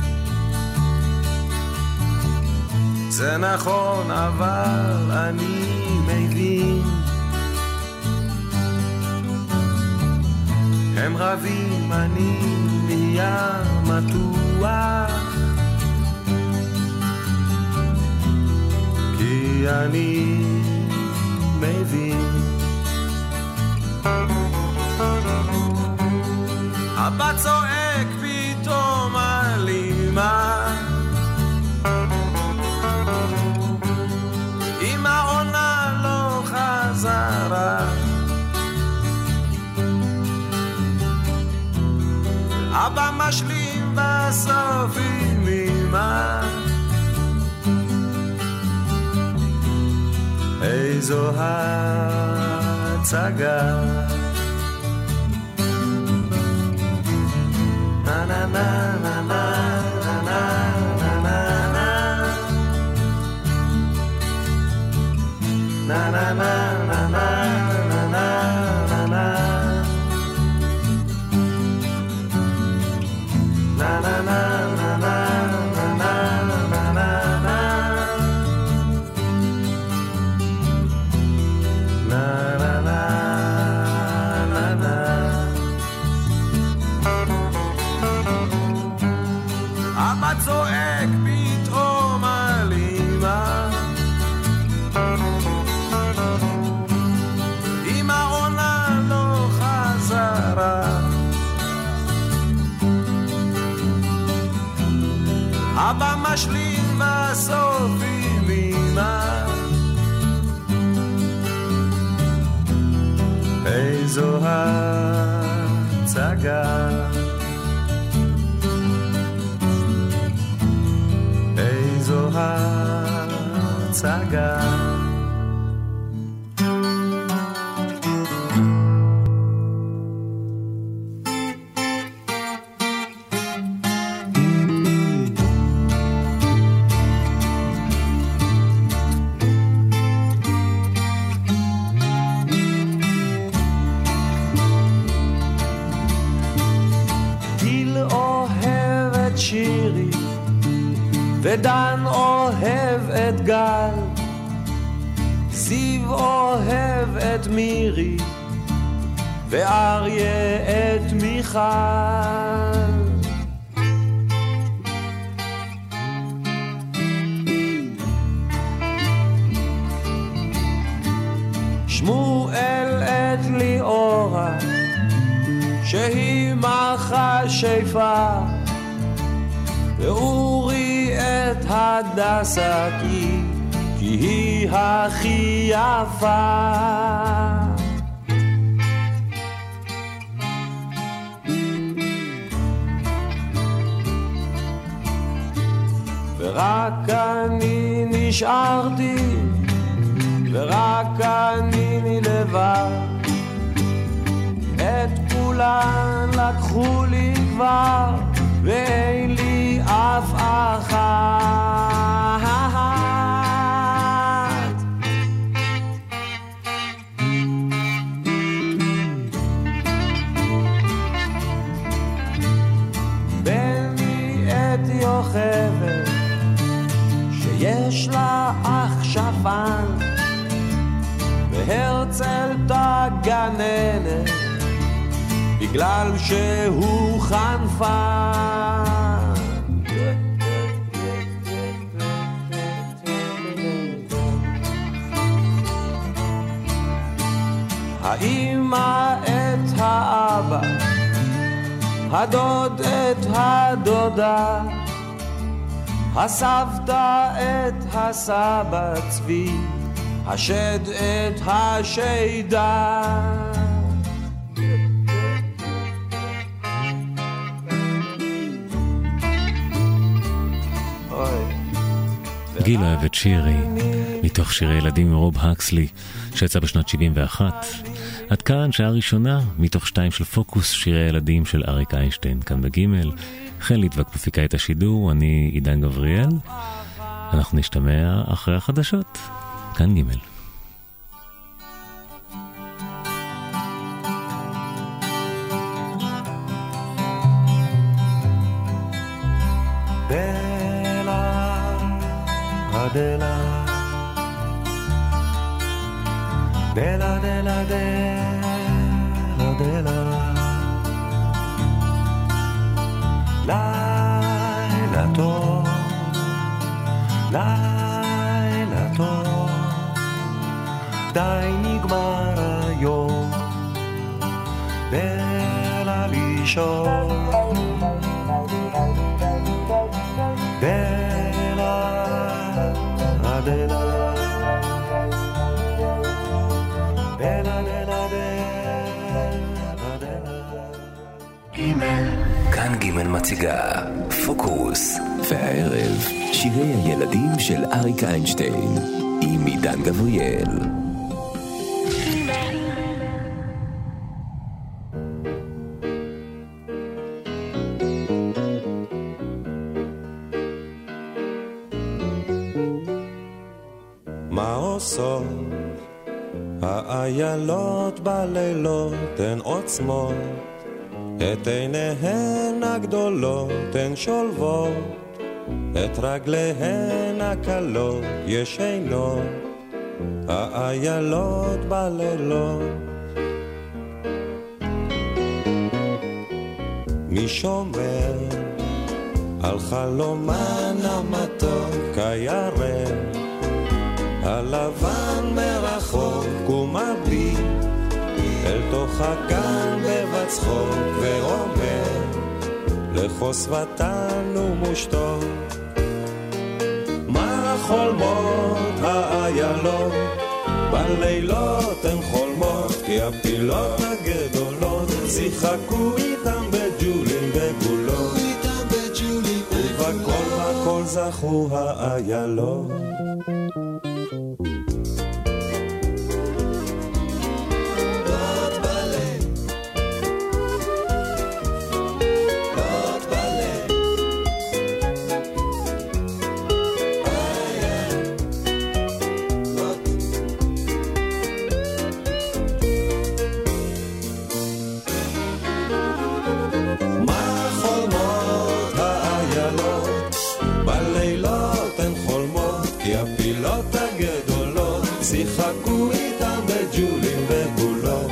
[SPEAKER 8] זה נכון אבל אני מבין, הם רבים אני נהיה מתוח, כי אני מבין. אבא צועק פתאום על אמא, אמא עונה לא חזרה, אבא משלים בסוף עם אמא, איזו הצגה. Na na na na na na na na na na na na na na na na na na צועק פתאום על אמא, אמא עונה לא חזרה, אבא משלים בסוף עם אמא, איזו הצגה. איזו הצגה. גיל אוהב את שירי ודן אוהב את גל, זיו אוהב את מירי ואריה את מיכל. שמואל את ליאורה שהיא מכשפה, ואורי את הדסה כי, כי היא הכי יפה. ורק אני נשארתי, ורק אני לבד, את כולן לקחו לי כבר, ואין לי אף אחת. בני את יוכבת שיש לה אח שפן, והרצל תגננת בגלל שהוא חנפן. האמא את האבא, הדוד את הדודה, הסבתא את הסבא צבי, השד את השידה.
[SPEAKER 4] גיל אוהב את שירי, מתוך שירי ילדים מרוב הקסלי, שיצא בשנת שבעים ואחת. עד כאן שעה ראשונה, מתוך שתיים של פוקוס, שירי ילדים של אריק איינשטיין, כאן בגימל. חן ליטבק מפיקה את השידור, אני עידן גבריאל. אנחנו נשתמע אחרי החדשות, כאן גימל.
[SPEAKER 8] Della della della della della לילה טוב לילה טוב די נגמר היום דלה לישון
[SPEAKER 2] כאן גימל מציגה פוקוס, והערב שירי הילדים של אריק איינשטיין עם עידן גבריאל.
[SPEAKER 5] מה עושות האיילות בלילות, הן עוצמות את עיניהן הגדולות, הן שולבות את רגליהן הקלות, ישנות האיילות בלילות. מי שומר על חלומן המתוק הירק הלבן מרחוק ומביט אל תוך הגן בבצחוק ואומר לחוסבתן ומושתוק. מה חולמות האיילות בלילות הן חולמות, כי הפילות הגדולות שיחקו איתם בג'ולים וגולות, ובכל הכל זכו האיילות. שיחקו איתם בג'ולים ובולות,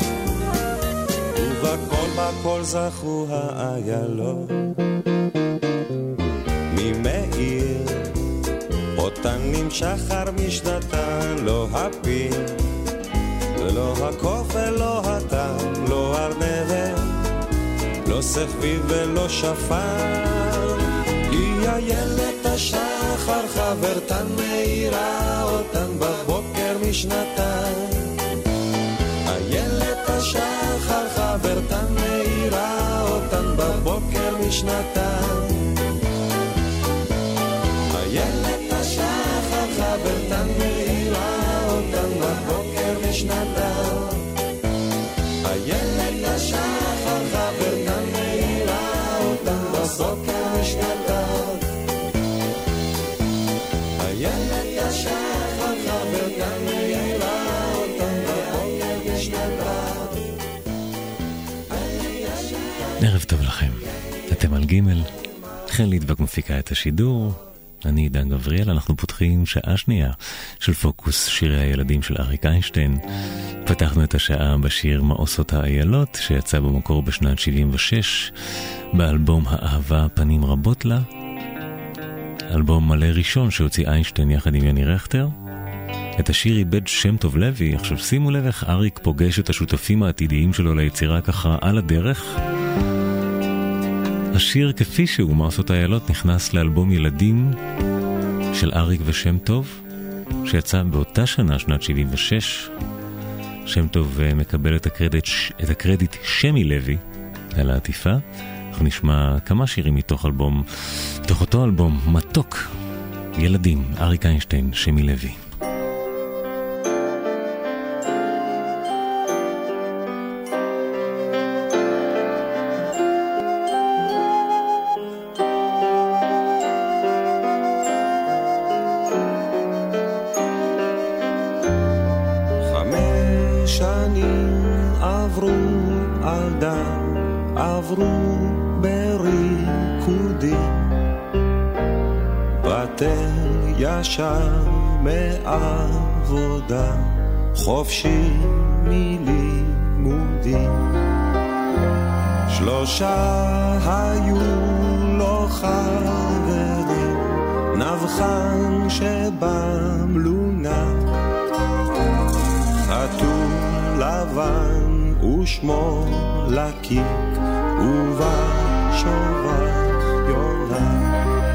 [SPEAKER 5] ובכל בכל זכו האיילות. ממאיר אותן נמשך חר משנתן, לא הפיל ולא הקוף ולא הטעם, לא ארנבת לא סחביב ולא שפן, היא איילת השחר חברתן מאירה אותן בבוקר משנתן. איילת השחר חברתן מאירה אותן בבוקר משנתן. איילת השחר חברתן מאירה אותן בבוקר משנתן. איילת השחר חברתן מאירה אותן בבוקר משנתן. איילת השחר חברתן מאירה אותן בבוקר משנתן.
[SPEAKER 4] ערב טוב לכם, אתם על גימל, חן ליטבק מפיקה את השידור, אני עידן גבריאל. אנחנו פותחים שעה שנייה של פוקוס, שירי הילדים של אריק איינשטיין. פתחנו את השעה בשיר מה עושות האיילות, שיצא במקור בשנת שבעים ושש באלבום האהבה פנים רבות לה, אלבום מלא ראשון שהוציא איינשטיין יחד עם יוני רכטר. את השיר איבד שם טוב לוי. עכשיו שימו לב איך אריק פוגש את השותפים העתידיים שלו ליצירה ככה על הדרך. השיר כפי שהוא, מה עושות האיילות, נכנס לאלבום ילדים של אריק ושם טוב, שיצא באותה שנה, שנת שבעים ושש. שם טוב מקבל את הקרדיט, את הקרדיט שמי לוי על העטיפה. אנחנו נשמע כמה שירים מתוך אלבום, מתוך אותו אלבום מתוק ילדים, אריק איינשטיין, שמי לוי.
[SPEAKER 5] חמש שנים עברו על דם, עברו בריקודי, בטל ישר מעבודה, חופשי מלימודי. שלושה היו לו חברים, נבחן שבמלונה, חתול לבן ושמו לקיק, ובשובה יונה.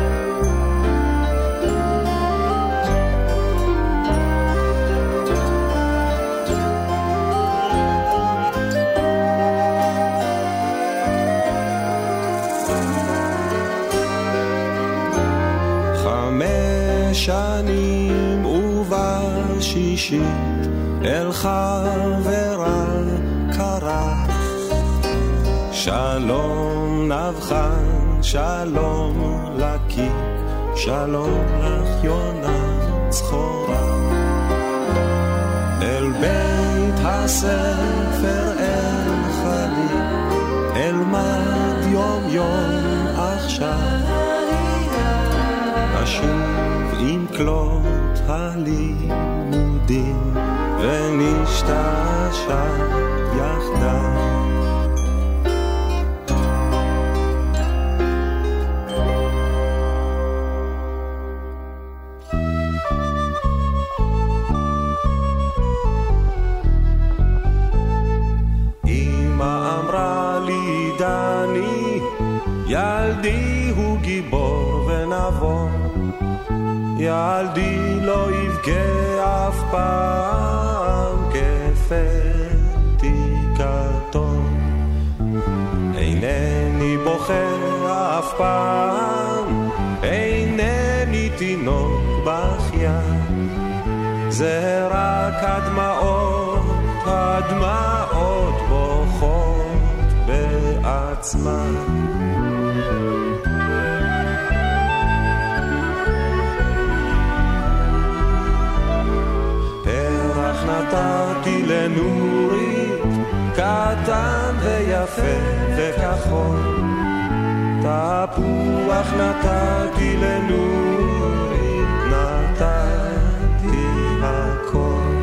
[SPEAKER 5] שנים ובשישית אל חברה קרא, שלום נבחן, שלום לקיק, שלום לך יונה צחורה. אל בית הספר אל חלי, אלמד יום יום עכשיו, אשוב עם כלות הלימודים ונשתעשע יחדיו. אמא אמרה לי דני, ילדי הוא גיבור ונבוא, ילדי לא יבכה אף פעם כפתי קטון. אינני בוכה אף פעם, אינני תינוק בכיין, זה רק הדמעות, הדמעות בוכות בעצמן. נתתי לנורית, קטן ויפה וכחול, תפוח נתתי לנורית, נתתי הכל.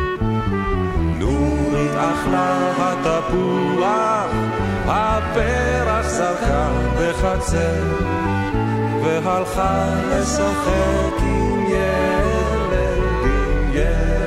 [SPEAKER 5] נורית אכלה התפוח, הפרח זרקה בחצר, והלכה לשחק עם ילד, עם ילד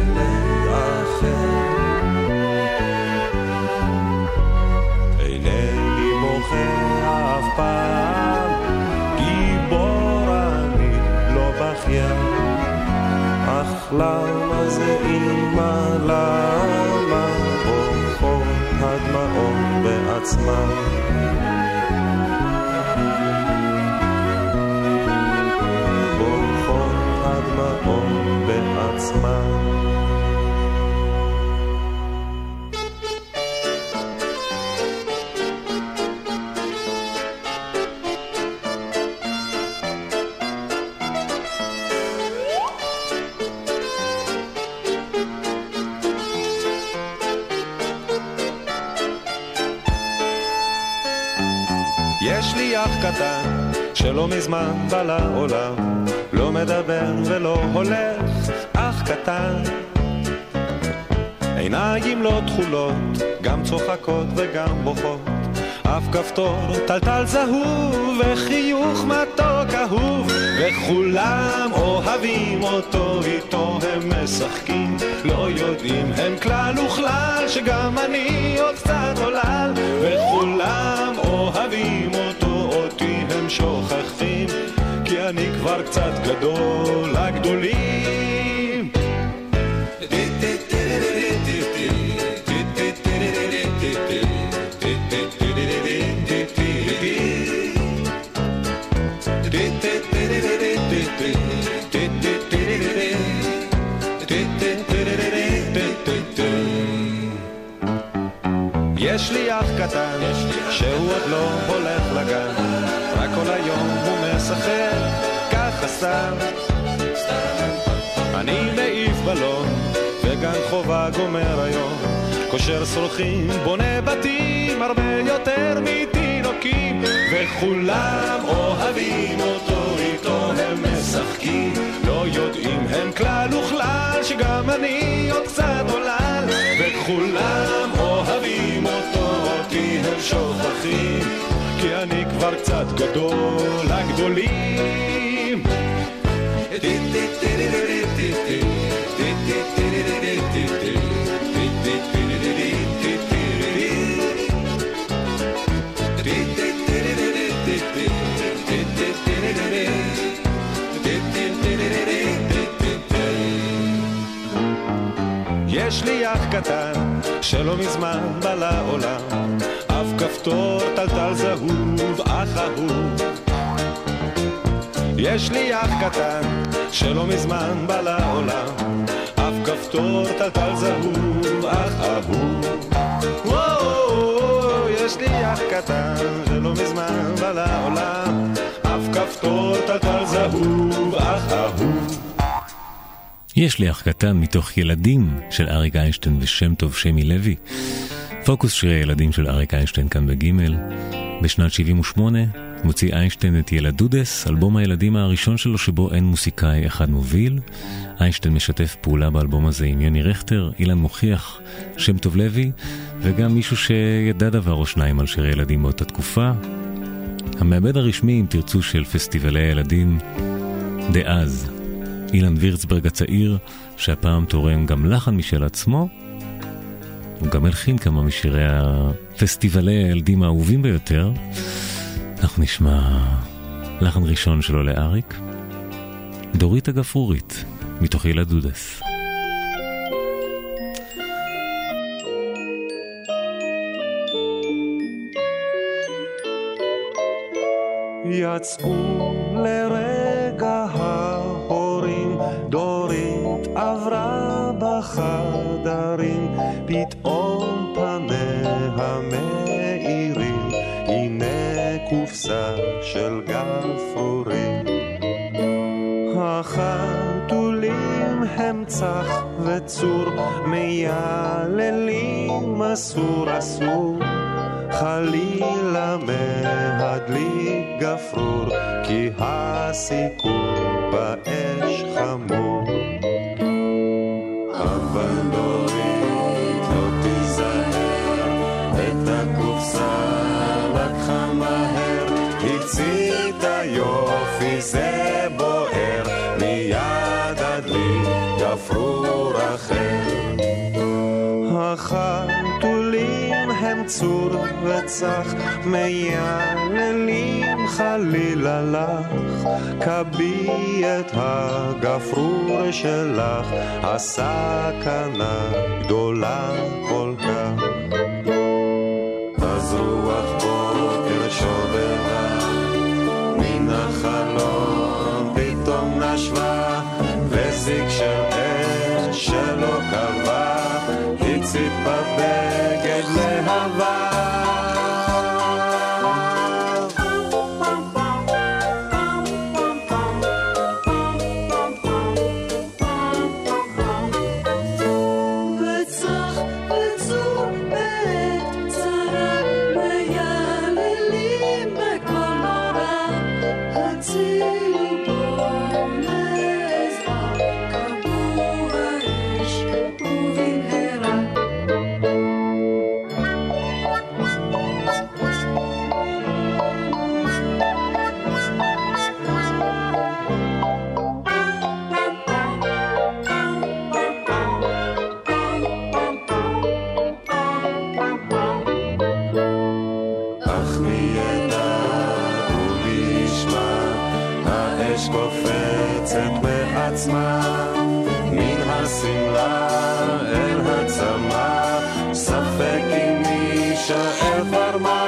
[SPEAKER 5] אף פעם, גיבור אני לא בכיין, אך למה זה אמא, למה בוכות הדמעות בעצמן? בוכות הדמעות בעצמן. יש לי אח קטן שלא מזמן בא לעולם, לא מדבר ולא הולך, אח קטן, עיניים לא תחולות, גם צוחקות וגם בוכות, אף כפתור טלטל זהוב וחיוך מתוק אהוב, וכולם אוהבים אותו, איתו הם משחקים, לא יודעים הם כלל וכלל שגם אני עוד קצת עולל, וכולם אוהבים אותו, אותי הם שוכחים, כי אני כבר קצת גדול, הגדולים.
[SPEAKER 3] יש לי אח קטן שהוא עוד לא הולך לגן, רק כל היום הוא משחק ככה סתם. אני מעיף בלון וגן חובה גומר היום, כושר שרוחים, בונה בתים הרבה יותר מתינוקים, וכולם אוהבים אותו, איתו הם משחקים, לא יודעים הם כלל וכלל שגם אני עוד קצת עולל, וכולם אוהבים אותו, אותי הם שוכחים, כי אני כבר קצת גדול הגדולים. יש לי אח קטן שלא מזמן בא לעולם, אף כפתור טלטל זהוב אח אהוב. יש לי אח קטן שלא מזמן בא לעולם, אף כפתור טלטל זהוב אח אהוב. וואו, יש לי אח קטן שלא מזמן בא לעולם, אף כפתור טלטל זהוב אח אהוב.
[SPEAKER 4] יש לי אח קטן מתוך ילדים של אריק איינשטיין ושם טוב שמי לוי. פוקוס שירי ילדים של אריק איינשטיין כאן בגימל. בשנת שבעים ושמונה מוציא איינשטיין את ילדודס, אלבום הילדים הראשון שלו שבו אין מוסיקאי אחד מוביל. איינשטיין משתף פעולה באלבום הזה עם יוני רכטר, אילן מוכיח, שם טוב לוי, וגם מישהו שידע דבר או שניים על שירי ילדים באותה תקופה. המעבד הרשמי, אם תרצו, של פסטיבלי הילדים דאז. אילן וירצברג הצעיר, שהפעם תורם גם לחן משל עצמו, הוא גם הלחין כמה משירי הפסטיבלי הילדים האהובים ביותר. אנחנו נשמע לחן ראשון שלו לאריק, דורית הגפרורית, מתוך ילדודס.
[SPEAKER 8] יצאו לרגע ההורים, דורית עברה בחדרים, פתאום פניה מאירים, הנה קופסה של גפרורים. החתולים הם צח וצור, מייללים אסור אסור, חלילה מהדליק גפרור, כי הסיכון באש חמור. אבל דורית לא תיזהר, את הקופסה לקחה מהר, הצית היופי זה בוער, מיד הדליק גפרור אחר. החתולים הם צור וצח, מייללים חלילה לך, קבי את הגפרור שלך, הסכנה גדולה כל כך. אז רוח בוקר שוברה מן החלום פתאום נשבה, וזיק של אש שלא קבע, הצית בבגד להבה. מן הסמלה אל הצמא, ספק אם יישאר כבר מה.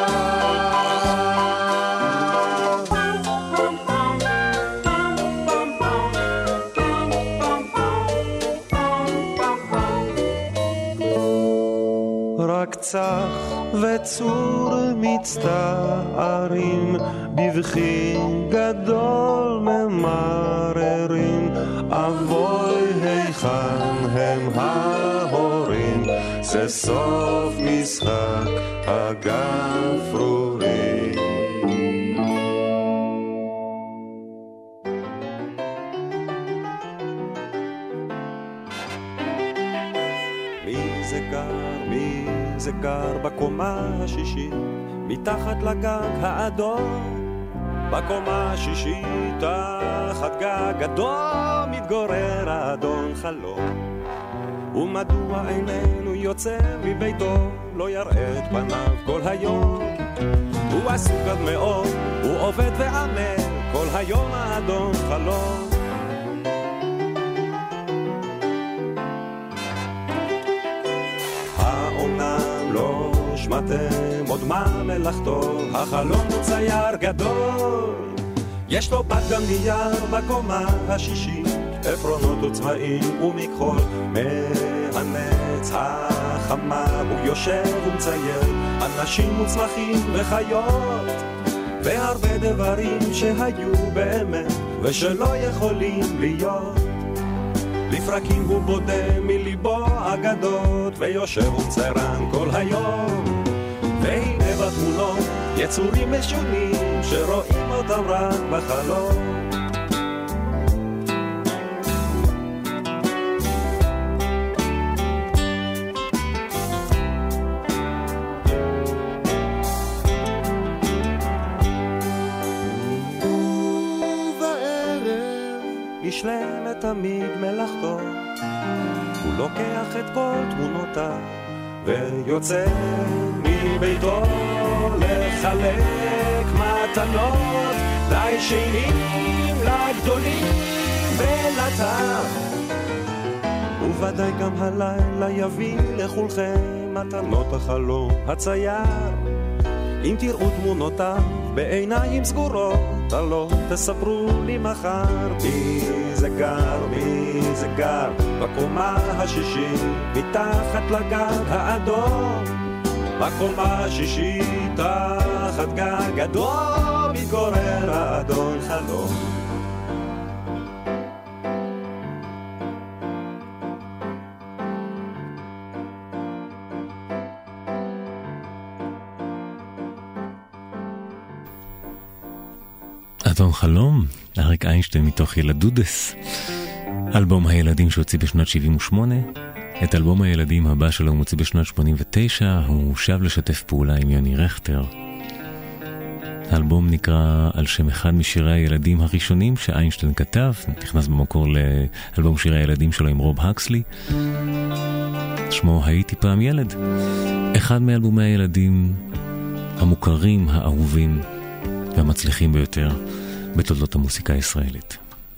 [SPEAKER 8] רק צח
[SPEAKER 5] וצור מצטערים, בבכי גדול ממררים, אבוי היכן הם ההורים, זה סוף משחק הגפרורים. מי זה גר, מי זה גר בקומה השישית, מתחת לגג האדום, בקומה השישית, תחת גג אדום, מתגורר האדון חלום. ומדוע איננו יוצא מביתו, לא יראה את פניו כל היום? הוא עסוק עד מאוד, הוא עובד ועמל, כל היום האדון חלום. האומנם לא שמעתם עוד מה מלאכתו, החלום הוא צייר גדול, יש לו בת גם נייר בקומה השישית, עפרונות וצבעים ומכחול, מהנץ החמה הוא יושב ומצייר אנשים וצמחים וחיות, והרבה דברים שהיו באמת ושלא יכולים להיות. לפרקים הוא בודה מליבו אגדות, ויושב ומציירן כל היום, והנה בתמונות יצורים משונים שרואים אותם רק בחלום. נשלמת תמיד מלאכתו, הוא לוקח את כל תמונותיו ויוצא מביתו לחלק מתנות לישנים, לגדולים ולטב, וודאי גם הלילה יביא לכולכם מתנות החלום הצייר. אם תראו תמונותיו בעיניים סגורות, הלא תספרו לי מחר מי זה גר, מי זה גר בקומה השישית, מתחת לגג האדום, בקומה השישית תחת גג אדום, מתגורר האדון חלום.
[SPEAKER 4] אדון חלום, אריק איינשטיין מתוך ילדודס, אלבום הילדים שהוציא בשנת שבעים ושמונה. את אלבום הילדים הבא שלו הוא מוציא בשנת שמונים ותשע, הוא שב לשתף פעולה עם יוני רכטר. האלבום נקרא על שם אחד משירי הילדים הראשונים שאיינשטיין כתב, נכנס במקור לאלבום שירי הילדים שלו עם רוב הקסלי, שמו הייתי פעם ילד, אחד מאלבומי הילדים המוכרים, האהובים והמצליחים ביותר בתולדות המוסיקה הישראלית.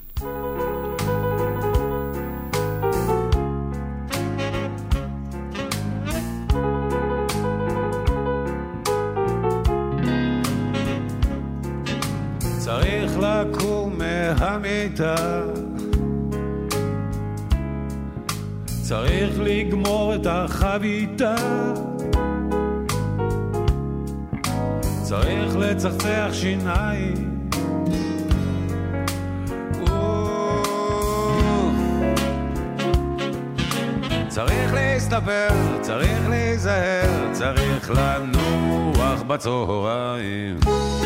[SPEAKER 3] צריך לקום מהמיטה, צריך לגמור את החביתה, צריך לצחצח שיניים, צריך להסתפר, צריך להיזהר, צריך לנוח בצהריים,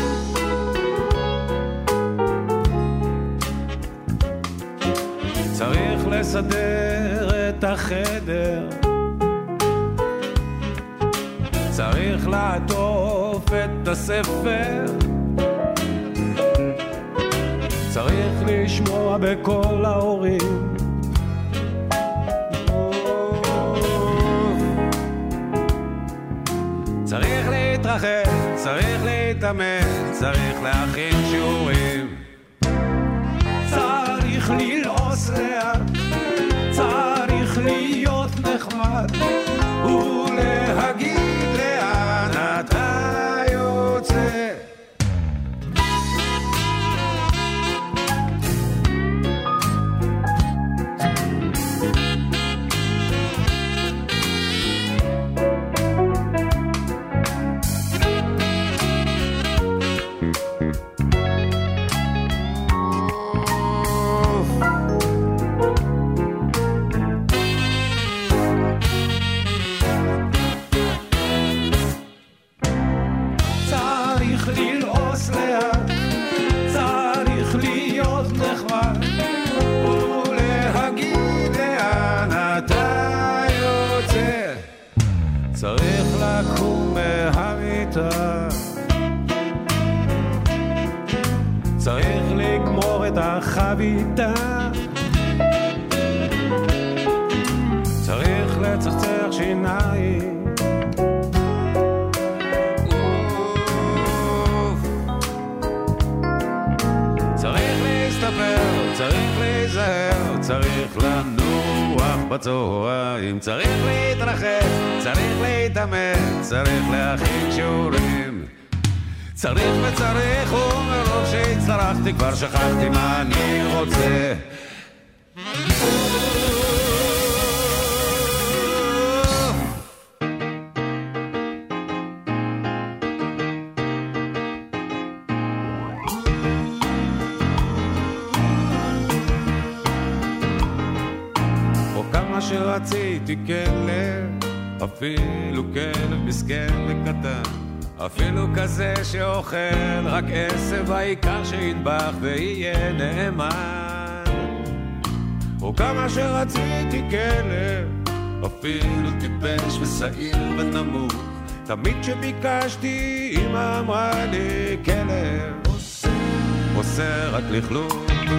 [SPEAKER 3] צריך לסדר את החדר, צריך לעטוף את הספר, צריך לשמוע בכל ההורים, צריך להתרחב, צריך להתאמן, צריך להכין שיעורים, צריך ללעוס לאט, צריך להיות נחמד ולהגיד לאן אתה יוצא. צריך ללעוס לאט, צריך להיות נחמד ולהגיד לאן אתה יוצא. צריך לקום מהמיטה, צריך לגמור את החביתה, צריך לצחצח שיניים, צריך להסתפר, צריך להיזהר, צריך לנוח בצהריים, צריך להתרחב, צריך להתאמץ, צריך להכין שיעורים, צריך וצריך, ומרוב שהצטרכתי כבר שכחתי מה אני רוצה. או כמה שרציתי כלב, אפילו כלב מסכן וקטן, אפילו כזה שאוכל רק עשב, העיקר שידבח ויהיה נאמן. או כמה שרציתי כלב, אפילו טיפש ושעיר ונמוך, תמיד שביקשתי אמא אמרה לי כלב עושה, עושה רק לכלוך.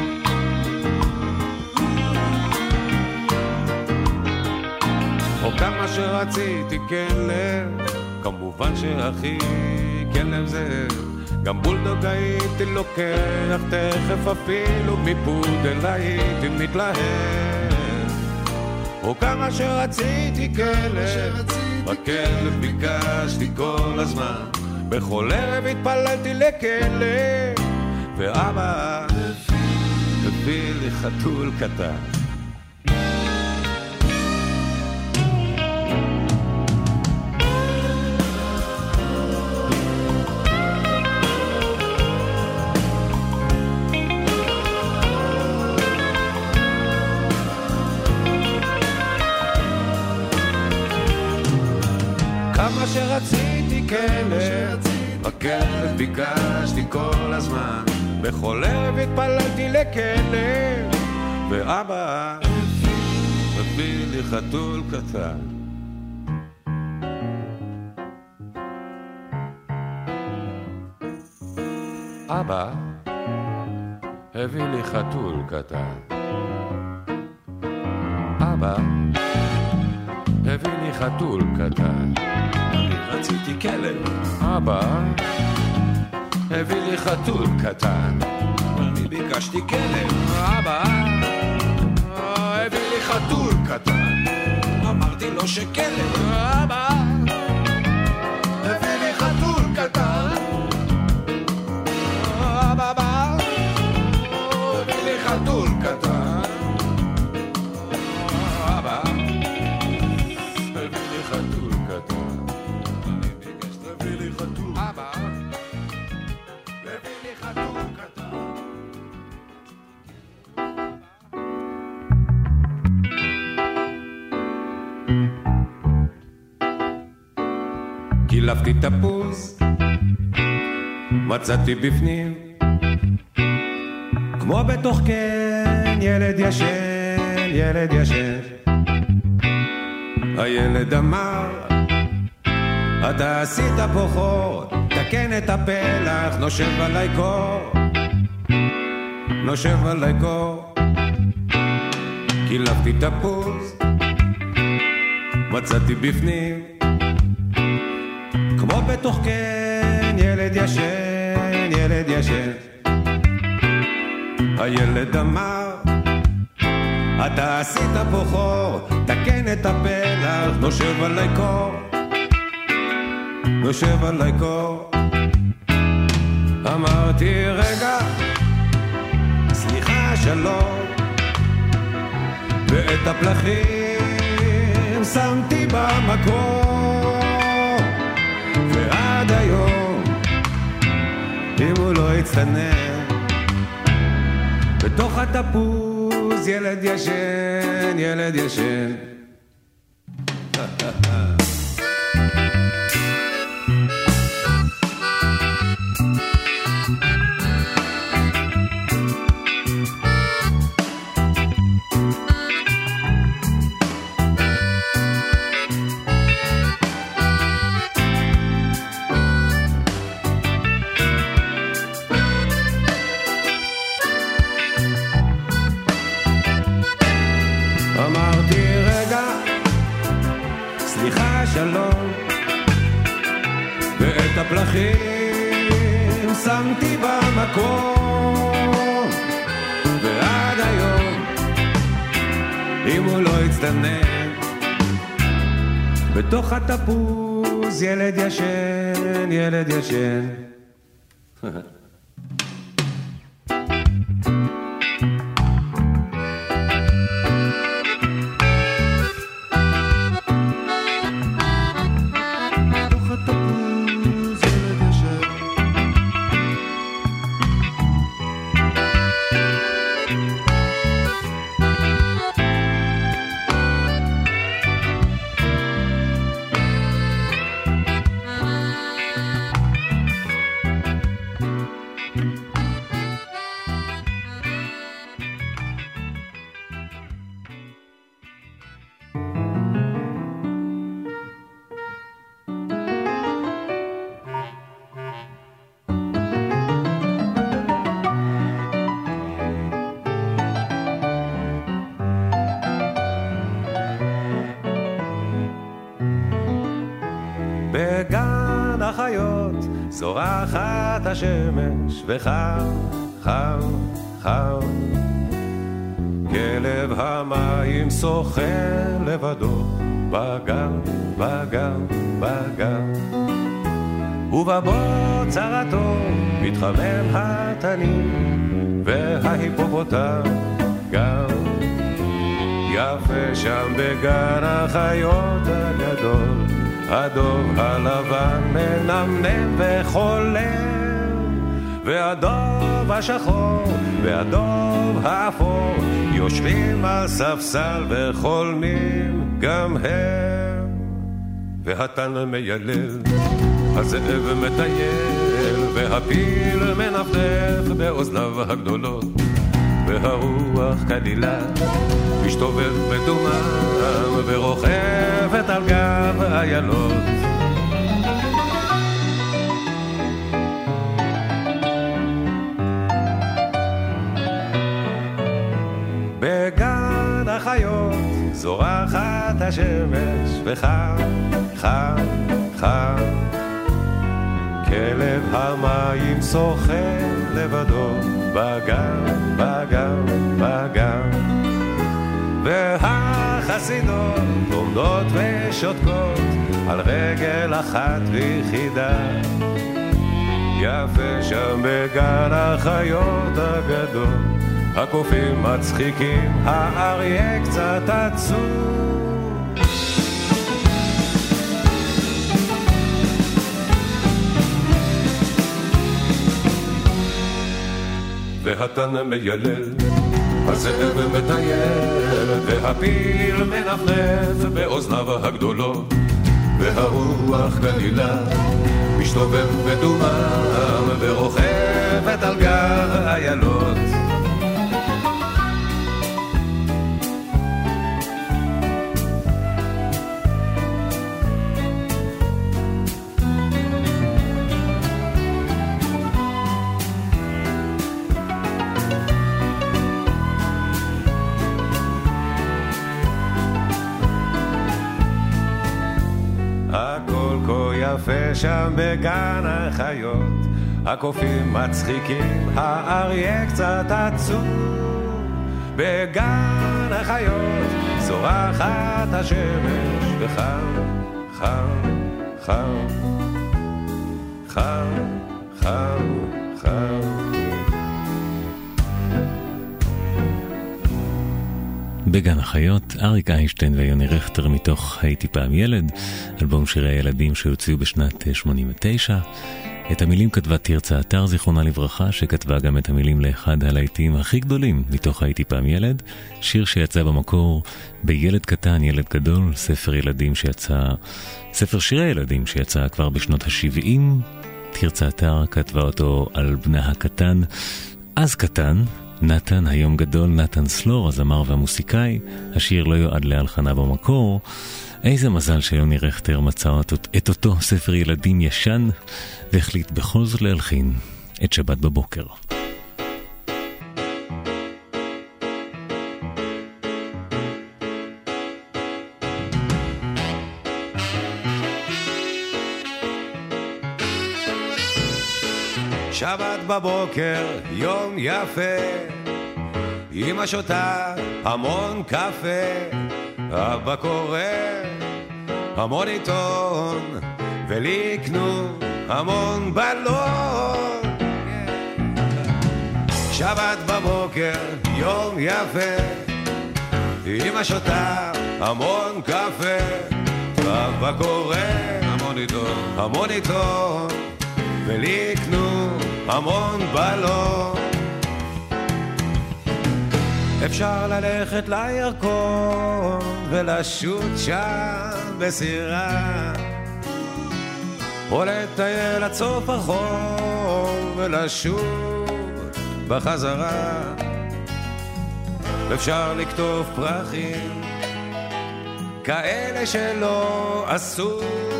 [SPEAKER 3] או כמה שרציתי כלב, כמובן שהכי כלב זה, גם בולדוג הייתי לוקח תכף, אפילו מפודל הייתי מתלהב. או כמה שרציתי כלב, בכלב ביקשתי כל הזמן, בכל ערב התפללתי לכלב, ואבא הביא לי חתול קטן. כמה שרציתי כלב, בכלב ביקשתי כל הזמן, בכל ערב התפללתי לכלב, ואבא הביא לי חתול קטן. אבא הביא לי חתול קטן. אבא הביא לי חתול קטן. אני רציתי כלב, אבא הביא לי חתול קטן. אני ביקשתי כלב, אבא הביא לי חתול קטן. אמרתי לו שכלב, אבא הביא לי חתול קטן. אבא הביא לי חתול קטן. קילפתי תפוז, מצאתי בפנים, כמו בתוך כן ילד ישן, ילד ישן. הילד אמר, אתה עשית פה חור, תקן את הפלח, נושב עליי קור, נושב עליי קור. קילפתי תפוז, מצאתי בפנים, כמו בתוך כן ילד ישן, ילד ישן. הילד אמר, אתה עשית פה חור, תקן את הפלח, נושב עליי קור, נושב עליי קור. אמרתי רגע, סליחה שלום, ואת הפלחים שמתי במקום, ועד היום אם הוא לא יצטנן בתוך התפוז, ילד ישן, ילד ישן. פרחים שמתי במקום, ועד היום אם הוא לא יצטנן בתוך התפוז ילד ישן, ילד ישן.
[SPEAKER 5] בגן החיות זורחת השמש וחם, חם, חם. כלב המים שוחה לבדו בגן, בגן, בגן. ובבוצר הטוב מתחמם התנין וההיפופוטם גם. יפה שם בגן החיות הגדול, הדוב הלבן מנמנם וחולם, והדוב השחור והדוב האפור יושבים על ספסל וחולמים גם הם. והתן מיילל, הזאב מטייל, והפיל מנפנף באוזניו הגדולות, והרוח קלילה משתובב בדומם ורוכבת על גב איילות. בגן החיות זורחת השמש וחם, חם, חם. כלב המים שוחה לבדו בגן, בגן, בגן. והחסידות עומדות ושותקות על רגל אחת ויחידה. יפה שם בגן החיות הגדול, הקופים מצחיקים, האריה קצת עצוב. והתן מיילל, הזאב מטייל, והפיל מנפנף באוזניו הגדולות, והרוח גלילה משתובב בדומם ורוכבת על גב איילות. יפה שם בגן החיות, הקופים מצחיקים, האריה קצת עצוב. בגן החיות זורחת השמש וחם, חם, חם, חם, חם, חם.
[SPEAKER 4] בגן החיות, אריק איינשטיין ויוני רכטר מתוך הייתי פעם ילד, אלבום שירי הילדים שהוציאו בשנת שמונים ותשע. את המילים כתבה תרצה אתר זיכרונה לברכה, שכתבה גם את המילים לאחד הלהיטים הכי גדולים מתוך הייתי פעם ילד, שיר שיצא במקור בילד קטן ילד גדול, ספר ילדים שיצא, ספר שירי ילדים שיצא כבר בשנות ה-שבעים. תרצה אתר כתבה אותו על בנה הקטן, אז קטן, נתן, היום גדול, נתן סלור, הזמר והמוסיקאי. השיר לא יועד להלחנה במקור. איזה מזל שיוני רכטר מצא את אותו ספר ילדים ישן, והחליט בכל זאת להלחין את שבת בבוקר.
[SPEAKER 3] שבת בבוקר, יום יפה, אמא שותה המון קפה, אבא קורא המון עיתון, ולי יקנו המון בלון. שבת בבוקר, יום יפה, אמא שותה המון קפה, אבא קורא המון עיתון, המון עיתון, ולי יקנו המון בלון. אפשר ללכת לירקון ולשוט שם בסירה, או לטייל עד סוף החור ולשוב בחזרה. אפשר לכתוב פרחים כאלה שלא עשו,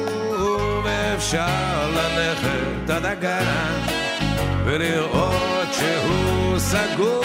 [SPEAKER 3] ואפשר ללכת עד הגן ולראות שהוא סגור.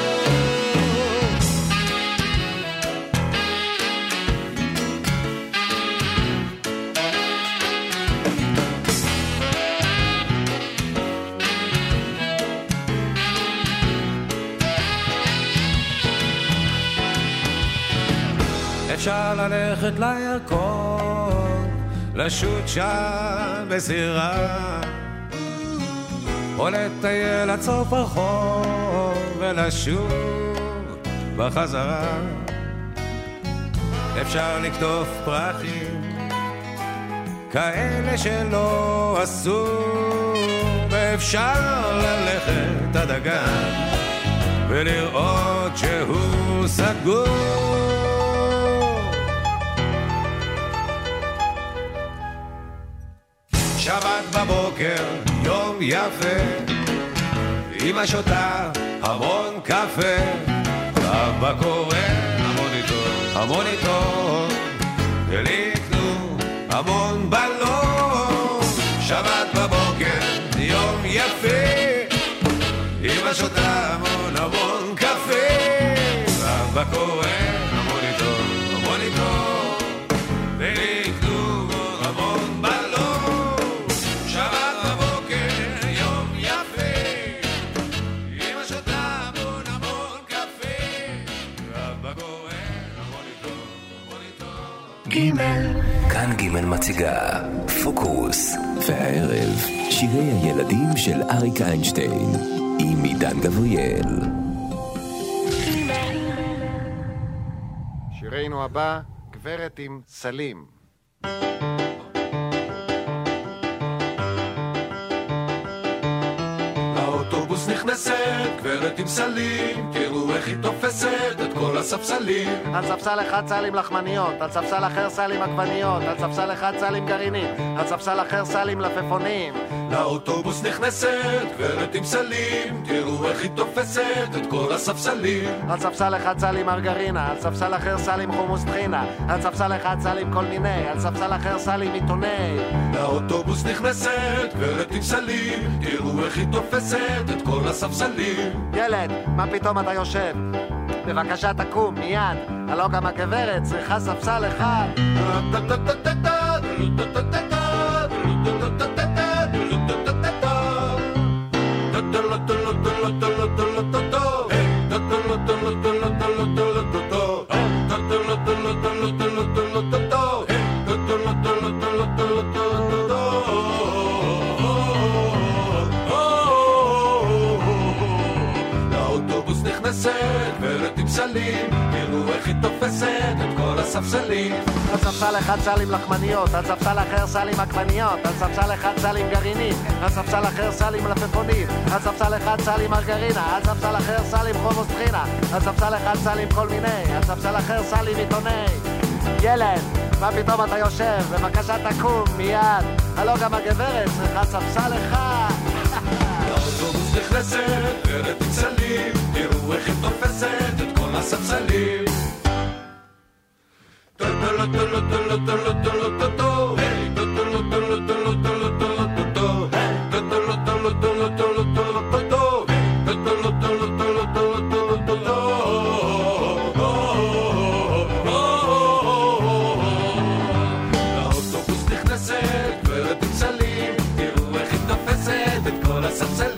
[SPEAKER 3] אפשר ללכת לירקון, לשוט שם בסירה, או לטייל עד סוף החור ולשוב בחזרה. אפשר לקטוף פרחים כאלה שלא עשו, ואפשר ללכת עד הגן ולראות שהוא סגור. שבת בבוקר, יום יפה, אמא שותה המון קפה, אבא קורא המון עיתון, המון עיתון, ולי יקנו המון בלון. שבת בבוקר, יום יפה, אמא שותה המון המון קפה, אבא קורא המון עיתון, המון עיתון, ולי יקנו המון בלון.
[SPEAKER 2] כאן ג' מציגה פוקוס, והערב שירי הילדים של אריק איינשטיין עם עידן גבריאל.
[SPEAKER 9] שירנו הבא, גברת עם סלים.
[SPEAKER 10] לאוטובוס נכנסת גברת עם סלים, תראו איך היא תופסת את כל הספסלים.
[SPEAKER 9] על ספסל אחד סלים לחמניות, על ספסל אחר סלים עגבניות, על ספסל אחד סלים גרעינים, על ספסל אחר סלים לפפונים.
[SPEAKER 10] לאוטובוס נכנסת גברת עם סלים, תראו איך היא תופסת את כל הספסלים.
[SPEAKER 9] על ספסל אחד סלים מרגרינה, על ספסל אחר סלים חומוס טחינה, על ספסל אחד סלים כל מיני, על ספסל אחר סלים עיתוני.
[SPEAKER 10] לאוטובוס נכנסת גברת עם סלים, תראו איך היא תופסת את כל הספסלים.
[SPEAKER 9] ילד, מה פתאום אתה יושב? בבקשה תקום מיד, הלא גם הגברת צריכה ספסל אחד.
[SPEAKER 10] לאוטובוס נכנסת גברת עם סלים, תראו איך היא תופסת את כל הספסלים.
[SPEAKER 9] על ספסל אחד סלים לחמניות, על ספסל אחר סלים עגבניות, על ספסל אחד סלים גרעינים, על ספסל אחר סלים לפפונים, על ספסל אחד סלים מרגרינה, על ספסל אחר סלים חומוס טחינה, על ספסל אחד סלים כל מיני, על ספסל אחר סלים עיתוני. ילד, מה פתאום אתה יושב? בבקשה תקום מיד, הלא גם הגברת צריכה ספסל אחד.
[SPEAKER 10] לאוטובוס נכנסת גברת עם סלים, תראו איך היא תופסת את כל הספסלים. לאוטובוס נכנסת גברת עם סלים, תראו איך היא תופסת את כל הספסלים.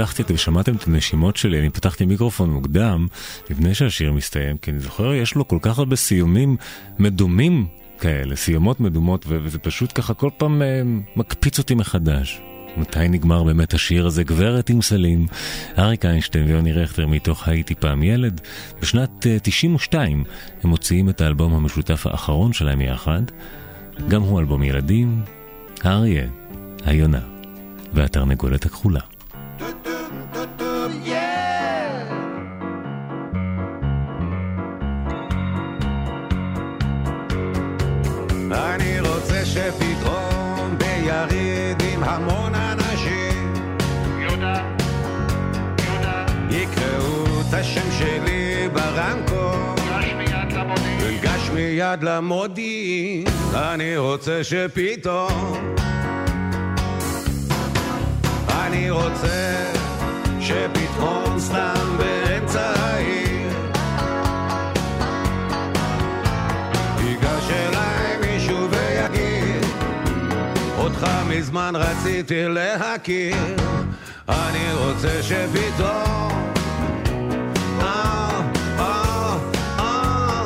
[SPEAKER 4] פתחתי ושמעתם את הנשימות שלי, אני פתחתי מיקרופון מוקדם לפני שהשיר מסתיים, כי אני זוכר, יש לו כל כך הרבה סיומים מדומים כאלה, סיומות מדומות, וזה פשוט ככה כל פעם מקפיץ אותי מחדש. מתי נגמר באמת השיר הזה? גברת עם סלים, אריק איינשטיין ויוני רכטר מתוך הייתי פעם ילד. בשנת תשעים ושתיים הם מוציאים את האלבום המשותף האחרון שלהם יחד, גם הוא אלבום ילדים, האריה, היונה והתרנגולת הכחולה.
[SPEAKER 3] אני רוצה שפתאום ביריד עם המון אנשים יהודה, יהודה יקראו את השם שלי ברמקול, גש מיד למודיעין, גש מיד למודיעין. אני רוצה שפתאום, אני רוצה שפתאום סתם באמצע העיר ייגש אליי מישהו ויגיד, אותך מזמן רציתי להכיר. אני רוצה שפתאום אה, אה, אה.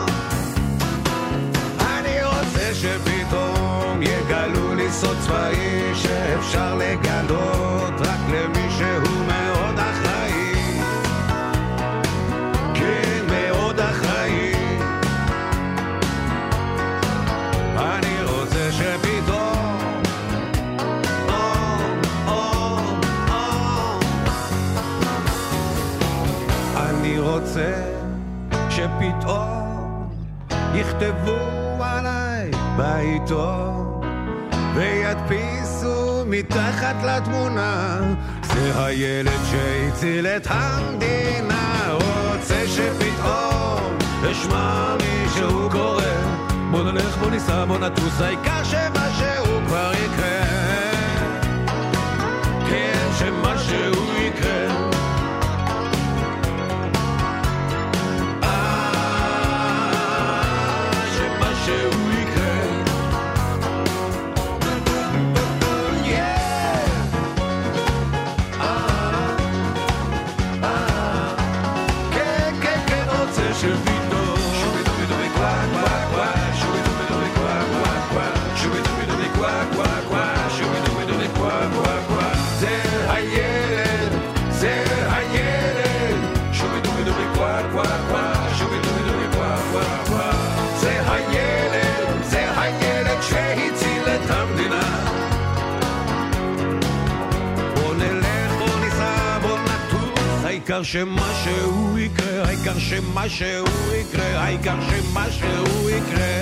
[SPEAKER 3] אני רוצה שפתאום יגלו לי סוד צבאי שאפשר לגלות רק למי שהוא מאוד אחראי, כן מאוד אחראי. אני רוצה שפתאום או, או, או. אני רוצה שפתאום יכתבו עליי בעיתון וידפיסו מתחת לתמונה, זה הילד שהציל את המדינה. רוצה שפתאום אשמע מישהו קורא, בוא נלך בוא ניסע בוא נטוס, העיקר שמשהו כבר יקרה, כן שמשהו יקרה. העיקר שמשהו יקרה, העיקר שמשהו יקרה, העיקר שמשהו יקרה.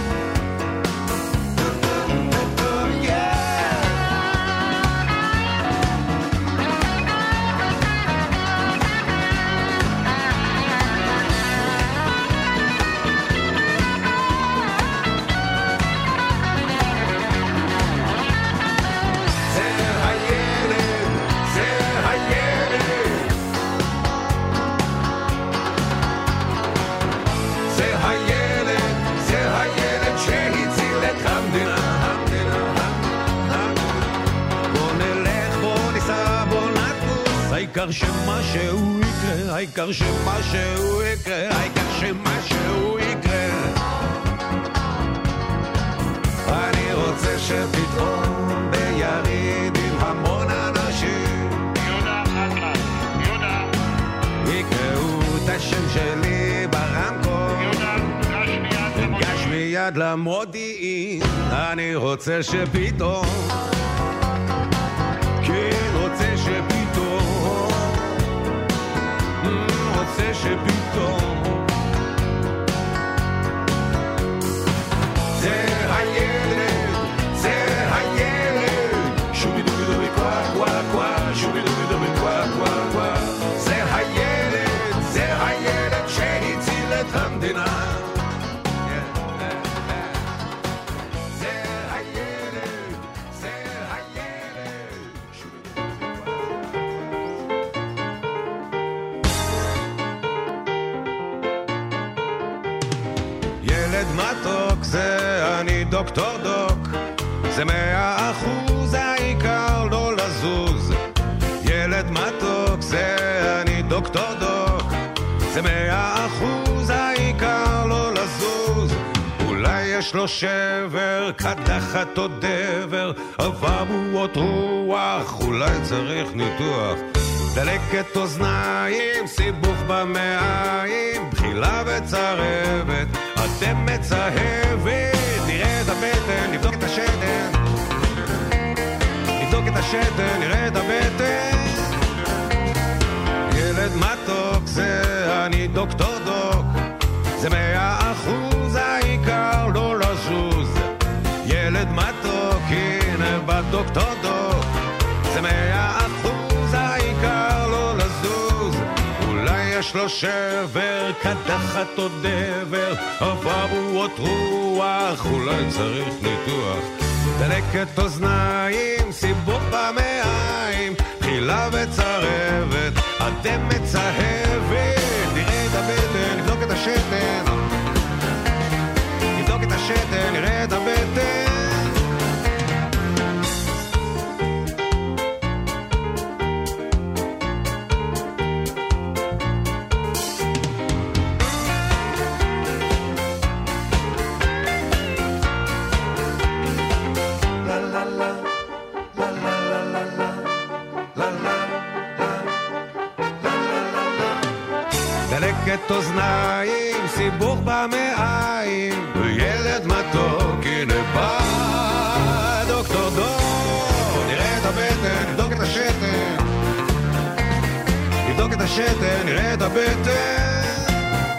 [SPEAKER 3] העיקר שמשהו יקרה, העיקר שמשהו יקרה, העיקר שמשהו יקרה. אני רוצה שפתאום ביריד עם המון אנשים יהודה, יהודה יקראו את השם שלי ברמקול, יהודה, גש מיד למודיעין, גש מיד למודיעין. אני רוצה שפתאום, כן רוצה שפתאום, רוצה שפתאום זה הילד, זה הילד שובי דובי דובי קווה קווה קווה, שובי דובי דובי קווה קווה קווה. זה הילד, זה הילד שהציל את המדינה. מתוק זה אני דוקטור דוק, זה מאה אחוז, העיקר לא לזוז. ילד מתוק זה אני דוקטור דוק, זה מאה אחוז, העיקר לא לזוז. אולי יש לו שבר, קדחת או דבר, אבעבועות רוח, אולי צריך ניתוח. דלקת אוזניים, סיבוך במעיים, בחילה וצרבת, אתם מצהבת. נראה את הבטן, נבדוק את השתן, נבדוק את השתן, נראה את הבטן. ילד מתוק, זה אני דוקטור דוק, זה מאה אחוז, העיקר לא לזוז. ילד מתוק, הנה בדוקטור דוק, זה מאה אחוז, העיקר לא לזוז. אולי יש לו שבר, קדחת או דבר, אבעבועות רוח, אולי צריך ניתוח. דלקת אוזניים, סיבוך במעיים, בחילה וצרבת, אתם מצהבת. נראה את הבטן, נבדוק את השתן, נבדוק את השתן, נראה את הבטן. דלקת אוזניים, סיבוך במעיים, ילד מתוק, הנה בא דוקטור דוק. נראה את הבטן, נבדוק את השתן, נבדוק את השתן, נראה את הבטן.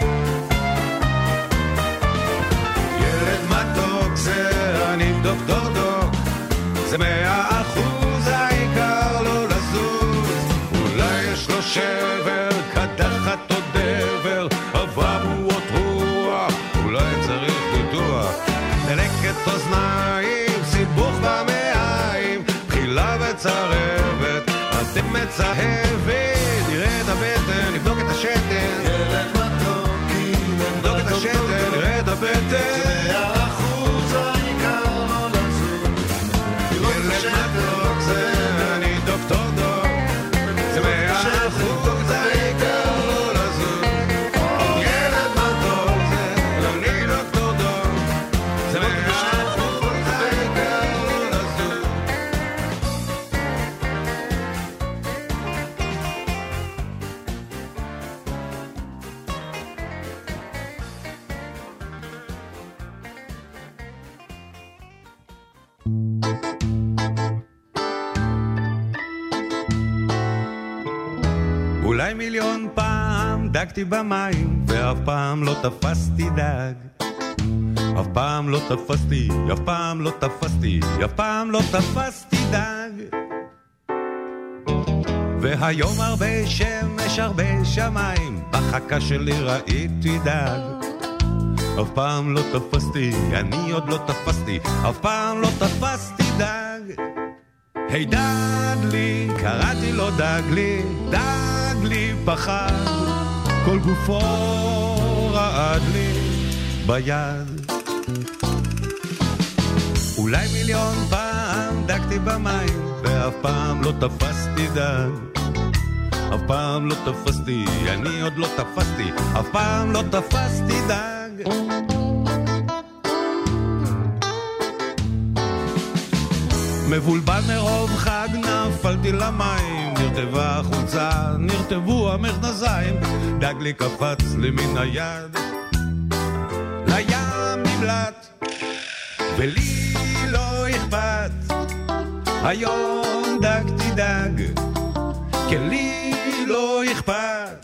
[SPEAKER 3] ילד מתוק, זה אני דוקטור דוק, זה מאה אחוז, העיקר לא לזוז. אולי יש לו שבר, קדחת או דבר, אבעבועות רוח, אולי צריך ניתוח. דלקת אוזניים, סיבוך במעיים, בחילה וצרבת, אתם מצהבת. נראה את הבטן, נבדוק את השתן, ילד מתוק, נבדוק את השתן, נראה את הבטן. זה האחוז, העיקר לא לזוז. ילד מתוק, זה אני דוקטור דוק, זה מאה אחוז, העיקר לא לזוז. ילד מתוק, זה אני דוקטור דוק, זה מאה אחוז, העיקר לא לזוז. אולי מיליון פעם דגתי במים ואף פעם לא תפסתי דג. אף פעם לא תפסתי, אף פעם לא תפסתי, אף פעם לא תפסתי דג. והיום הרבה שמש, הרבה שמיים, בחכה שלי ראיתי דג. אף פעם לא תפסתי, אני עוד לא תפסתי, אף פעם לא תפסתי דג. היי דגלי, קראתי לו דגלי, דגלי פחד, כל גופו רעד לי ביד. אולי מיליון פעם דגתי במים ואף פעם לא תפסתי דג. אף פעם לא תפסתי, אני עוד לא תפסתי, אף פעם לא תפסתי דג. מבולבל מרוב חג נפלתי למים, נרטבה החולצה, נרטבו המכנסיים, דג לי קפץ לי מן היד, לים נמלט, ולי לא אכפת, היום דגתי דג, כי לי לא אכפת.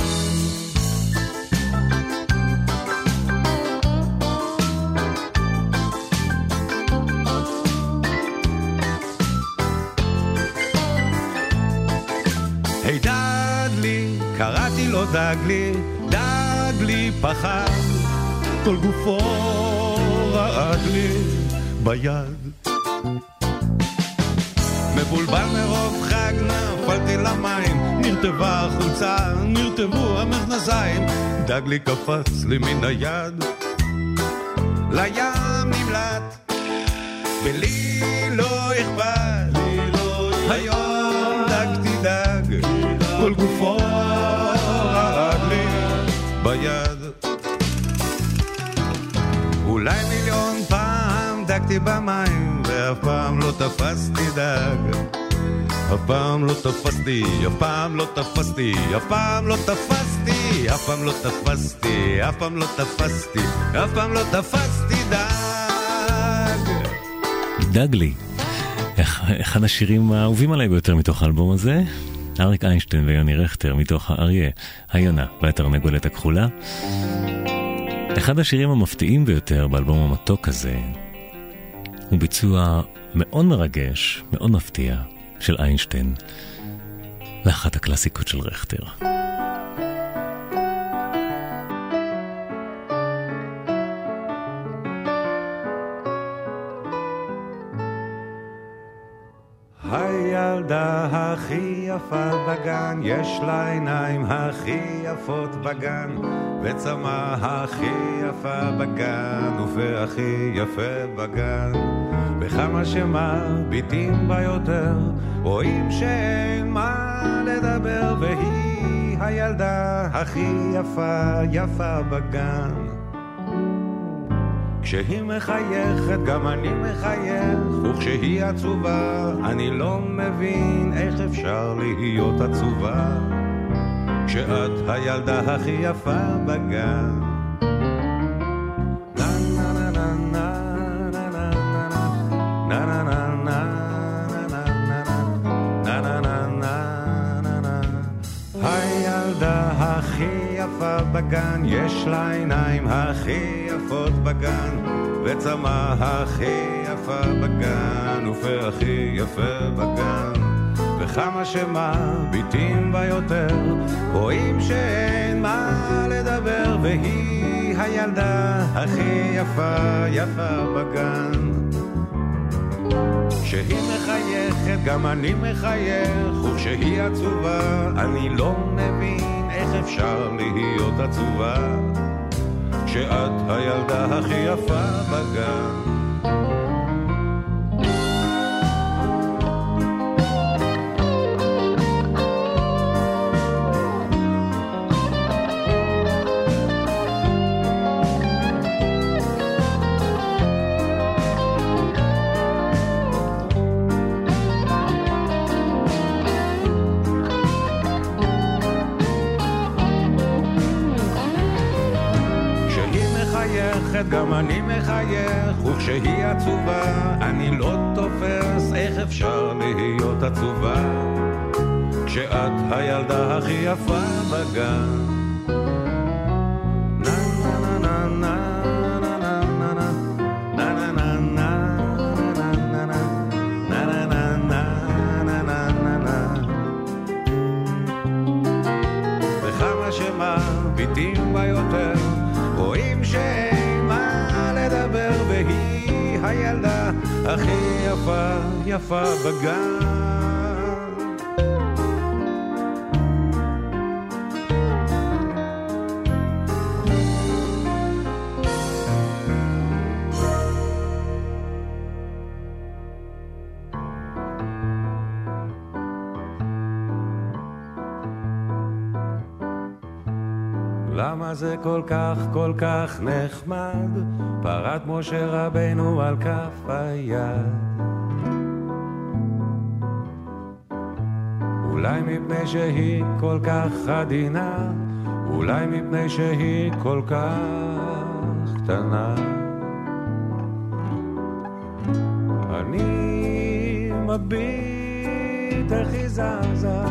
[SPEAKER 3] היי דגלי, קראתי לו דגלי, דגלי פחד, כל גופו רעד לי ביד. מבולבל מרוב חג נפלתי למים, נרטבה החולצה, נרטבו המכנסיים, דגלי קפץ לי מן היד, לים נמלט, ולי לא אכפת, היום דגתי דג, כל גופו רעד לי ביד. אולי מיליון פעם דגתי במים ואף פעם לא תפסתי דג, אף פעם לא תפסתי, אף פעם לא תפסתי, אף פעם לא תפסתי, אף פעם לא תפסתי, אף פעם לא תפסתי, אף פעם לא תפסתי דג.
[SPEAKER 4] דג לי. אחד השירים האהובים עליי ביותר מתוך האלבום הזה, אריק איינשטיין ויוני רכטר מתוך האריה, היונה והתרנגולת הכחולה. אחד השירים המפתיעים ביותר באלבום המתוק הזה הוא ביצוע מאוד מרגש, מאוד מפתיע של איינשטיין לאחת הקלאסיקות של רכטר.
[SPEAKER 3] הילדה הכי יפה בגן, יש לה עיניים הכי יפות בגן, וצמא הכי יפה בגן, ופה הכי יפה בגן. בכמה שמביטים בה יותר, רואים שאין מה לדבר, והיא הילדה הכי יפה, יפה בגן. כשהיא מחייכת גם אני מחייך, וכשהיא עצובה אני לא מבין איך אפשר להיות עצובה, כשאת הילדה הכי יפה בגן. הילדה הכי יפה בגן, יש לה עיניים הכי יפות בגן, וצמא הכי יפה בגן, ופה הכי יפה בגן. וכמה שמביטים בה יותר, רואים שאין מה לדבר, והיא הילדה הכי יפה, יפה בגן. כשהיא מחייכת גם אני מחייך, וכשהיא עצובה אני לא מבין איך אפשר להיות עצובה, כשאת הילדה הכי יפה בגן. גם אני מחייך, וכשהיא עצובה אני לא תופס איך אפשר להיות עצובה, כשאת הילדה הכי יפה בגן. וכמה שמביטים בה יותר, רואים שאין והיא הילדה הכי יפה, יפה בגן. למה זה כל כך כל כך נחמד, פרת משה רבנו על כף היד? אולי מפני שהיא כל כך עדינה, אולי מפני שהיא כל כך קטנה. אני מביט איך היא זזה,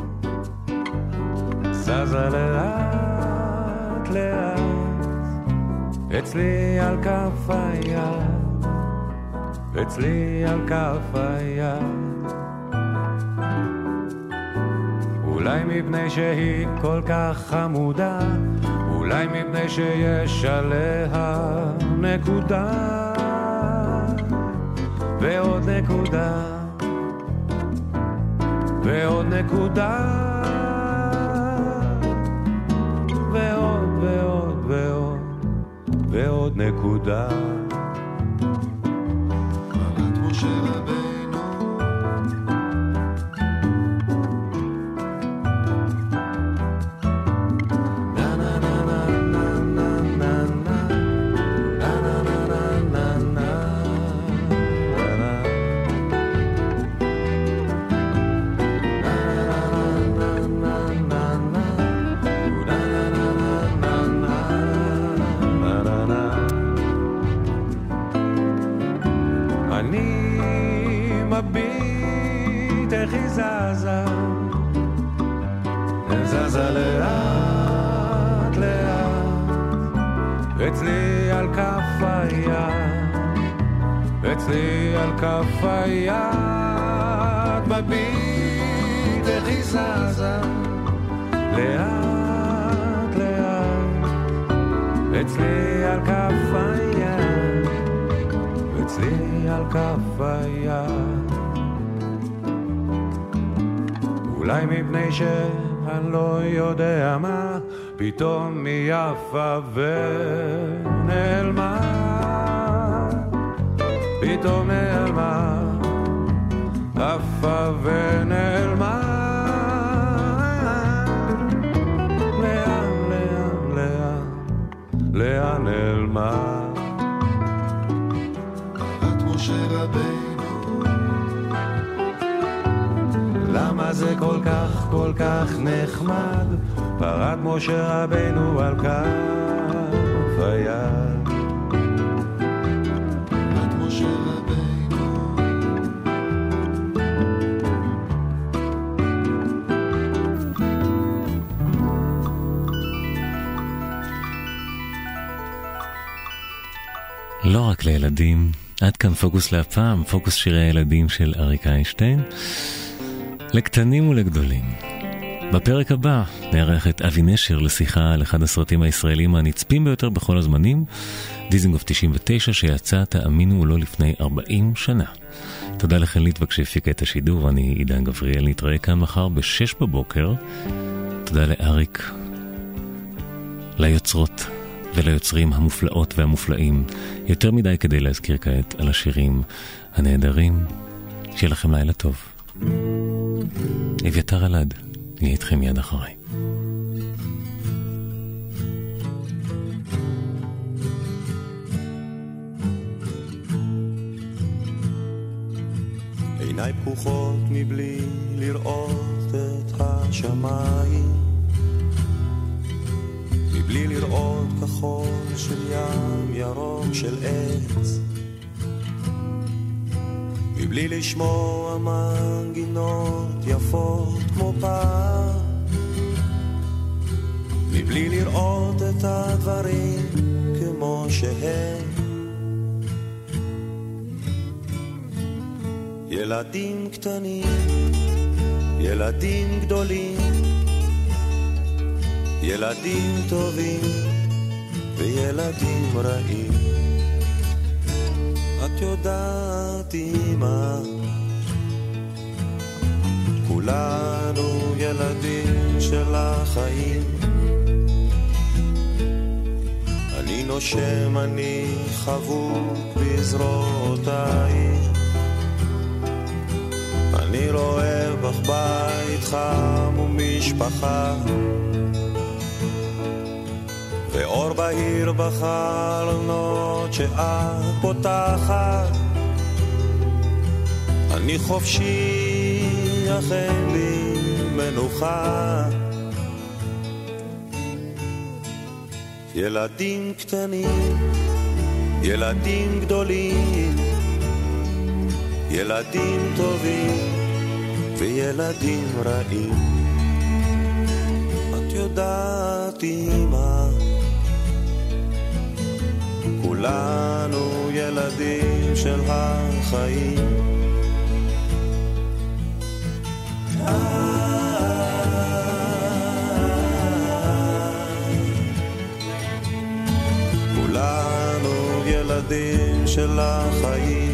[SPEAKER 3] זזה לאט לאט אצלי על כף היד, אצלי על כף היד. אולי מפני שהיא כל כך חמודה, אולי מפני שיש עליה נקודה ועוד נקודה ועוד נקודה ועוד ועוד ועוד ועוד נקודה.
[SPEAKER 10] פרת משה רבנו
[SPEAKER 3] זזה, זזה לאט לאט, אצלי על כף היד, אצלי על כף היד, מביט איך היא זזה, לאט לאט, אצלי על כף היד, אצלי על כף היד. אולי מפני שאני לא יודע מה, פתאום היא יפה ונעלמה, פתאום נעלמה, עפה ונעלמה. לאן, לאן, לאן, לאן נעלמה?
[SPEAKER 10] את משה רבינו,
[SPEAKER 3] למה זה כל כך כל כך נחמד, פרד משה רבינו על כף היד.
[SPEAKER 10] את משה רבינו,
[SPEAKER 4] לא רק לילדים, עד כאן פוקוס להפעם, פוקוס שירי הילדים של אריק איינשטיין, לקטנים ולגדולים. בפרק הבא נערך את אבי נשר לשיחה על אחד הסרטים הישראלים הנצפים ביותר בכל הזמנים, דיזינגוף תשעים ותשע, שיצא, תאמינו או לא, לפני ארבעים שנה. תודה לכן ליטבק שהפיקה את השידור, אני עידן גבריאל, נתראה כאן מחר בשש בבוקר. תודה לאריק, ליוצרות וליוצרים המופלאות והמופלאים, יותר מדי כדי להזכיר כעת על השירים הנהדרים. שיהיה לכם לילה טוב. אביתר אלעד יהיה איתכם מיד אחריי.
[SPEAKER 5] עיניי פקוחות מבלי לראות את השמיים, מבלי לראות כחול של ים, ירוק של עץ, מבלי לשמוע מנגינות יפות כמו פעם, מבלי לראות את הדברים כמו שהם. ילדים קטנים, ילדים גדולים, ילדים טובים וילדים רעים. את יודעת אמא, כולנו ילדים של החיים. אני נושם, אני חבוק בזרועותיי, אני רואה בך בית חם ומשפחה, ואור בהיר בחלונות שאת פותחת. אני חופשי, אך אין לי מנוחה. ילדים קטנים, ילדים גדולים, ילדים טובים וילדים רעים. את יודעת אמא, כולנו ילדים של החיים. כולנו ילדים של החיים.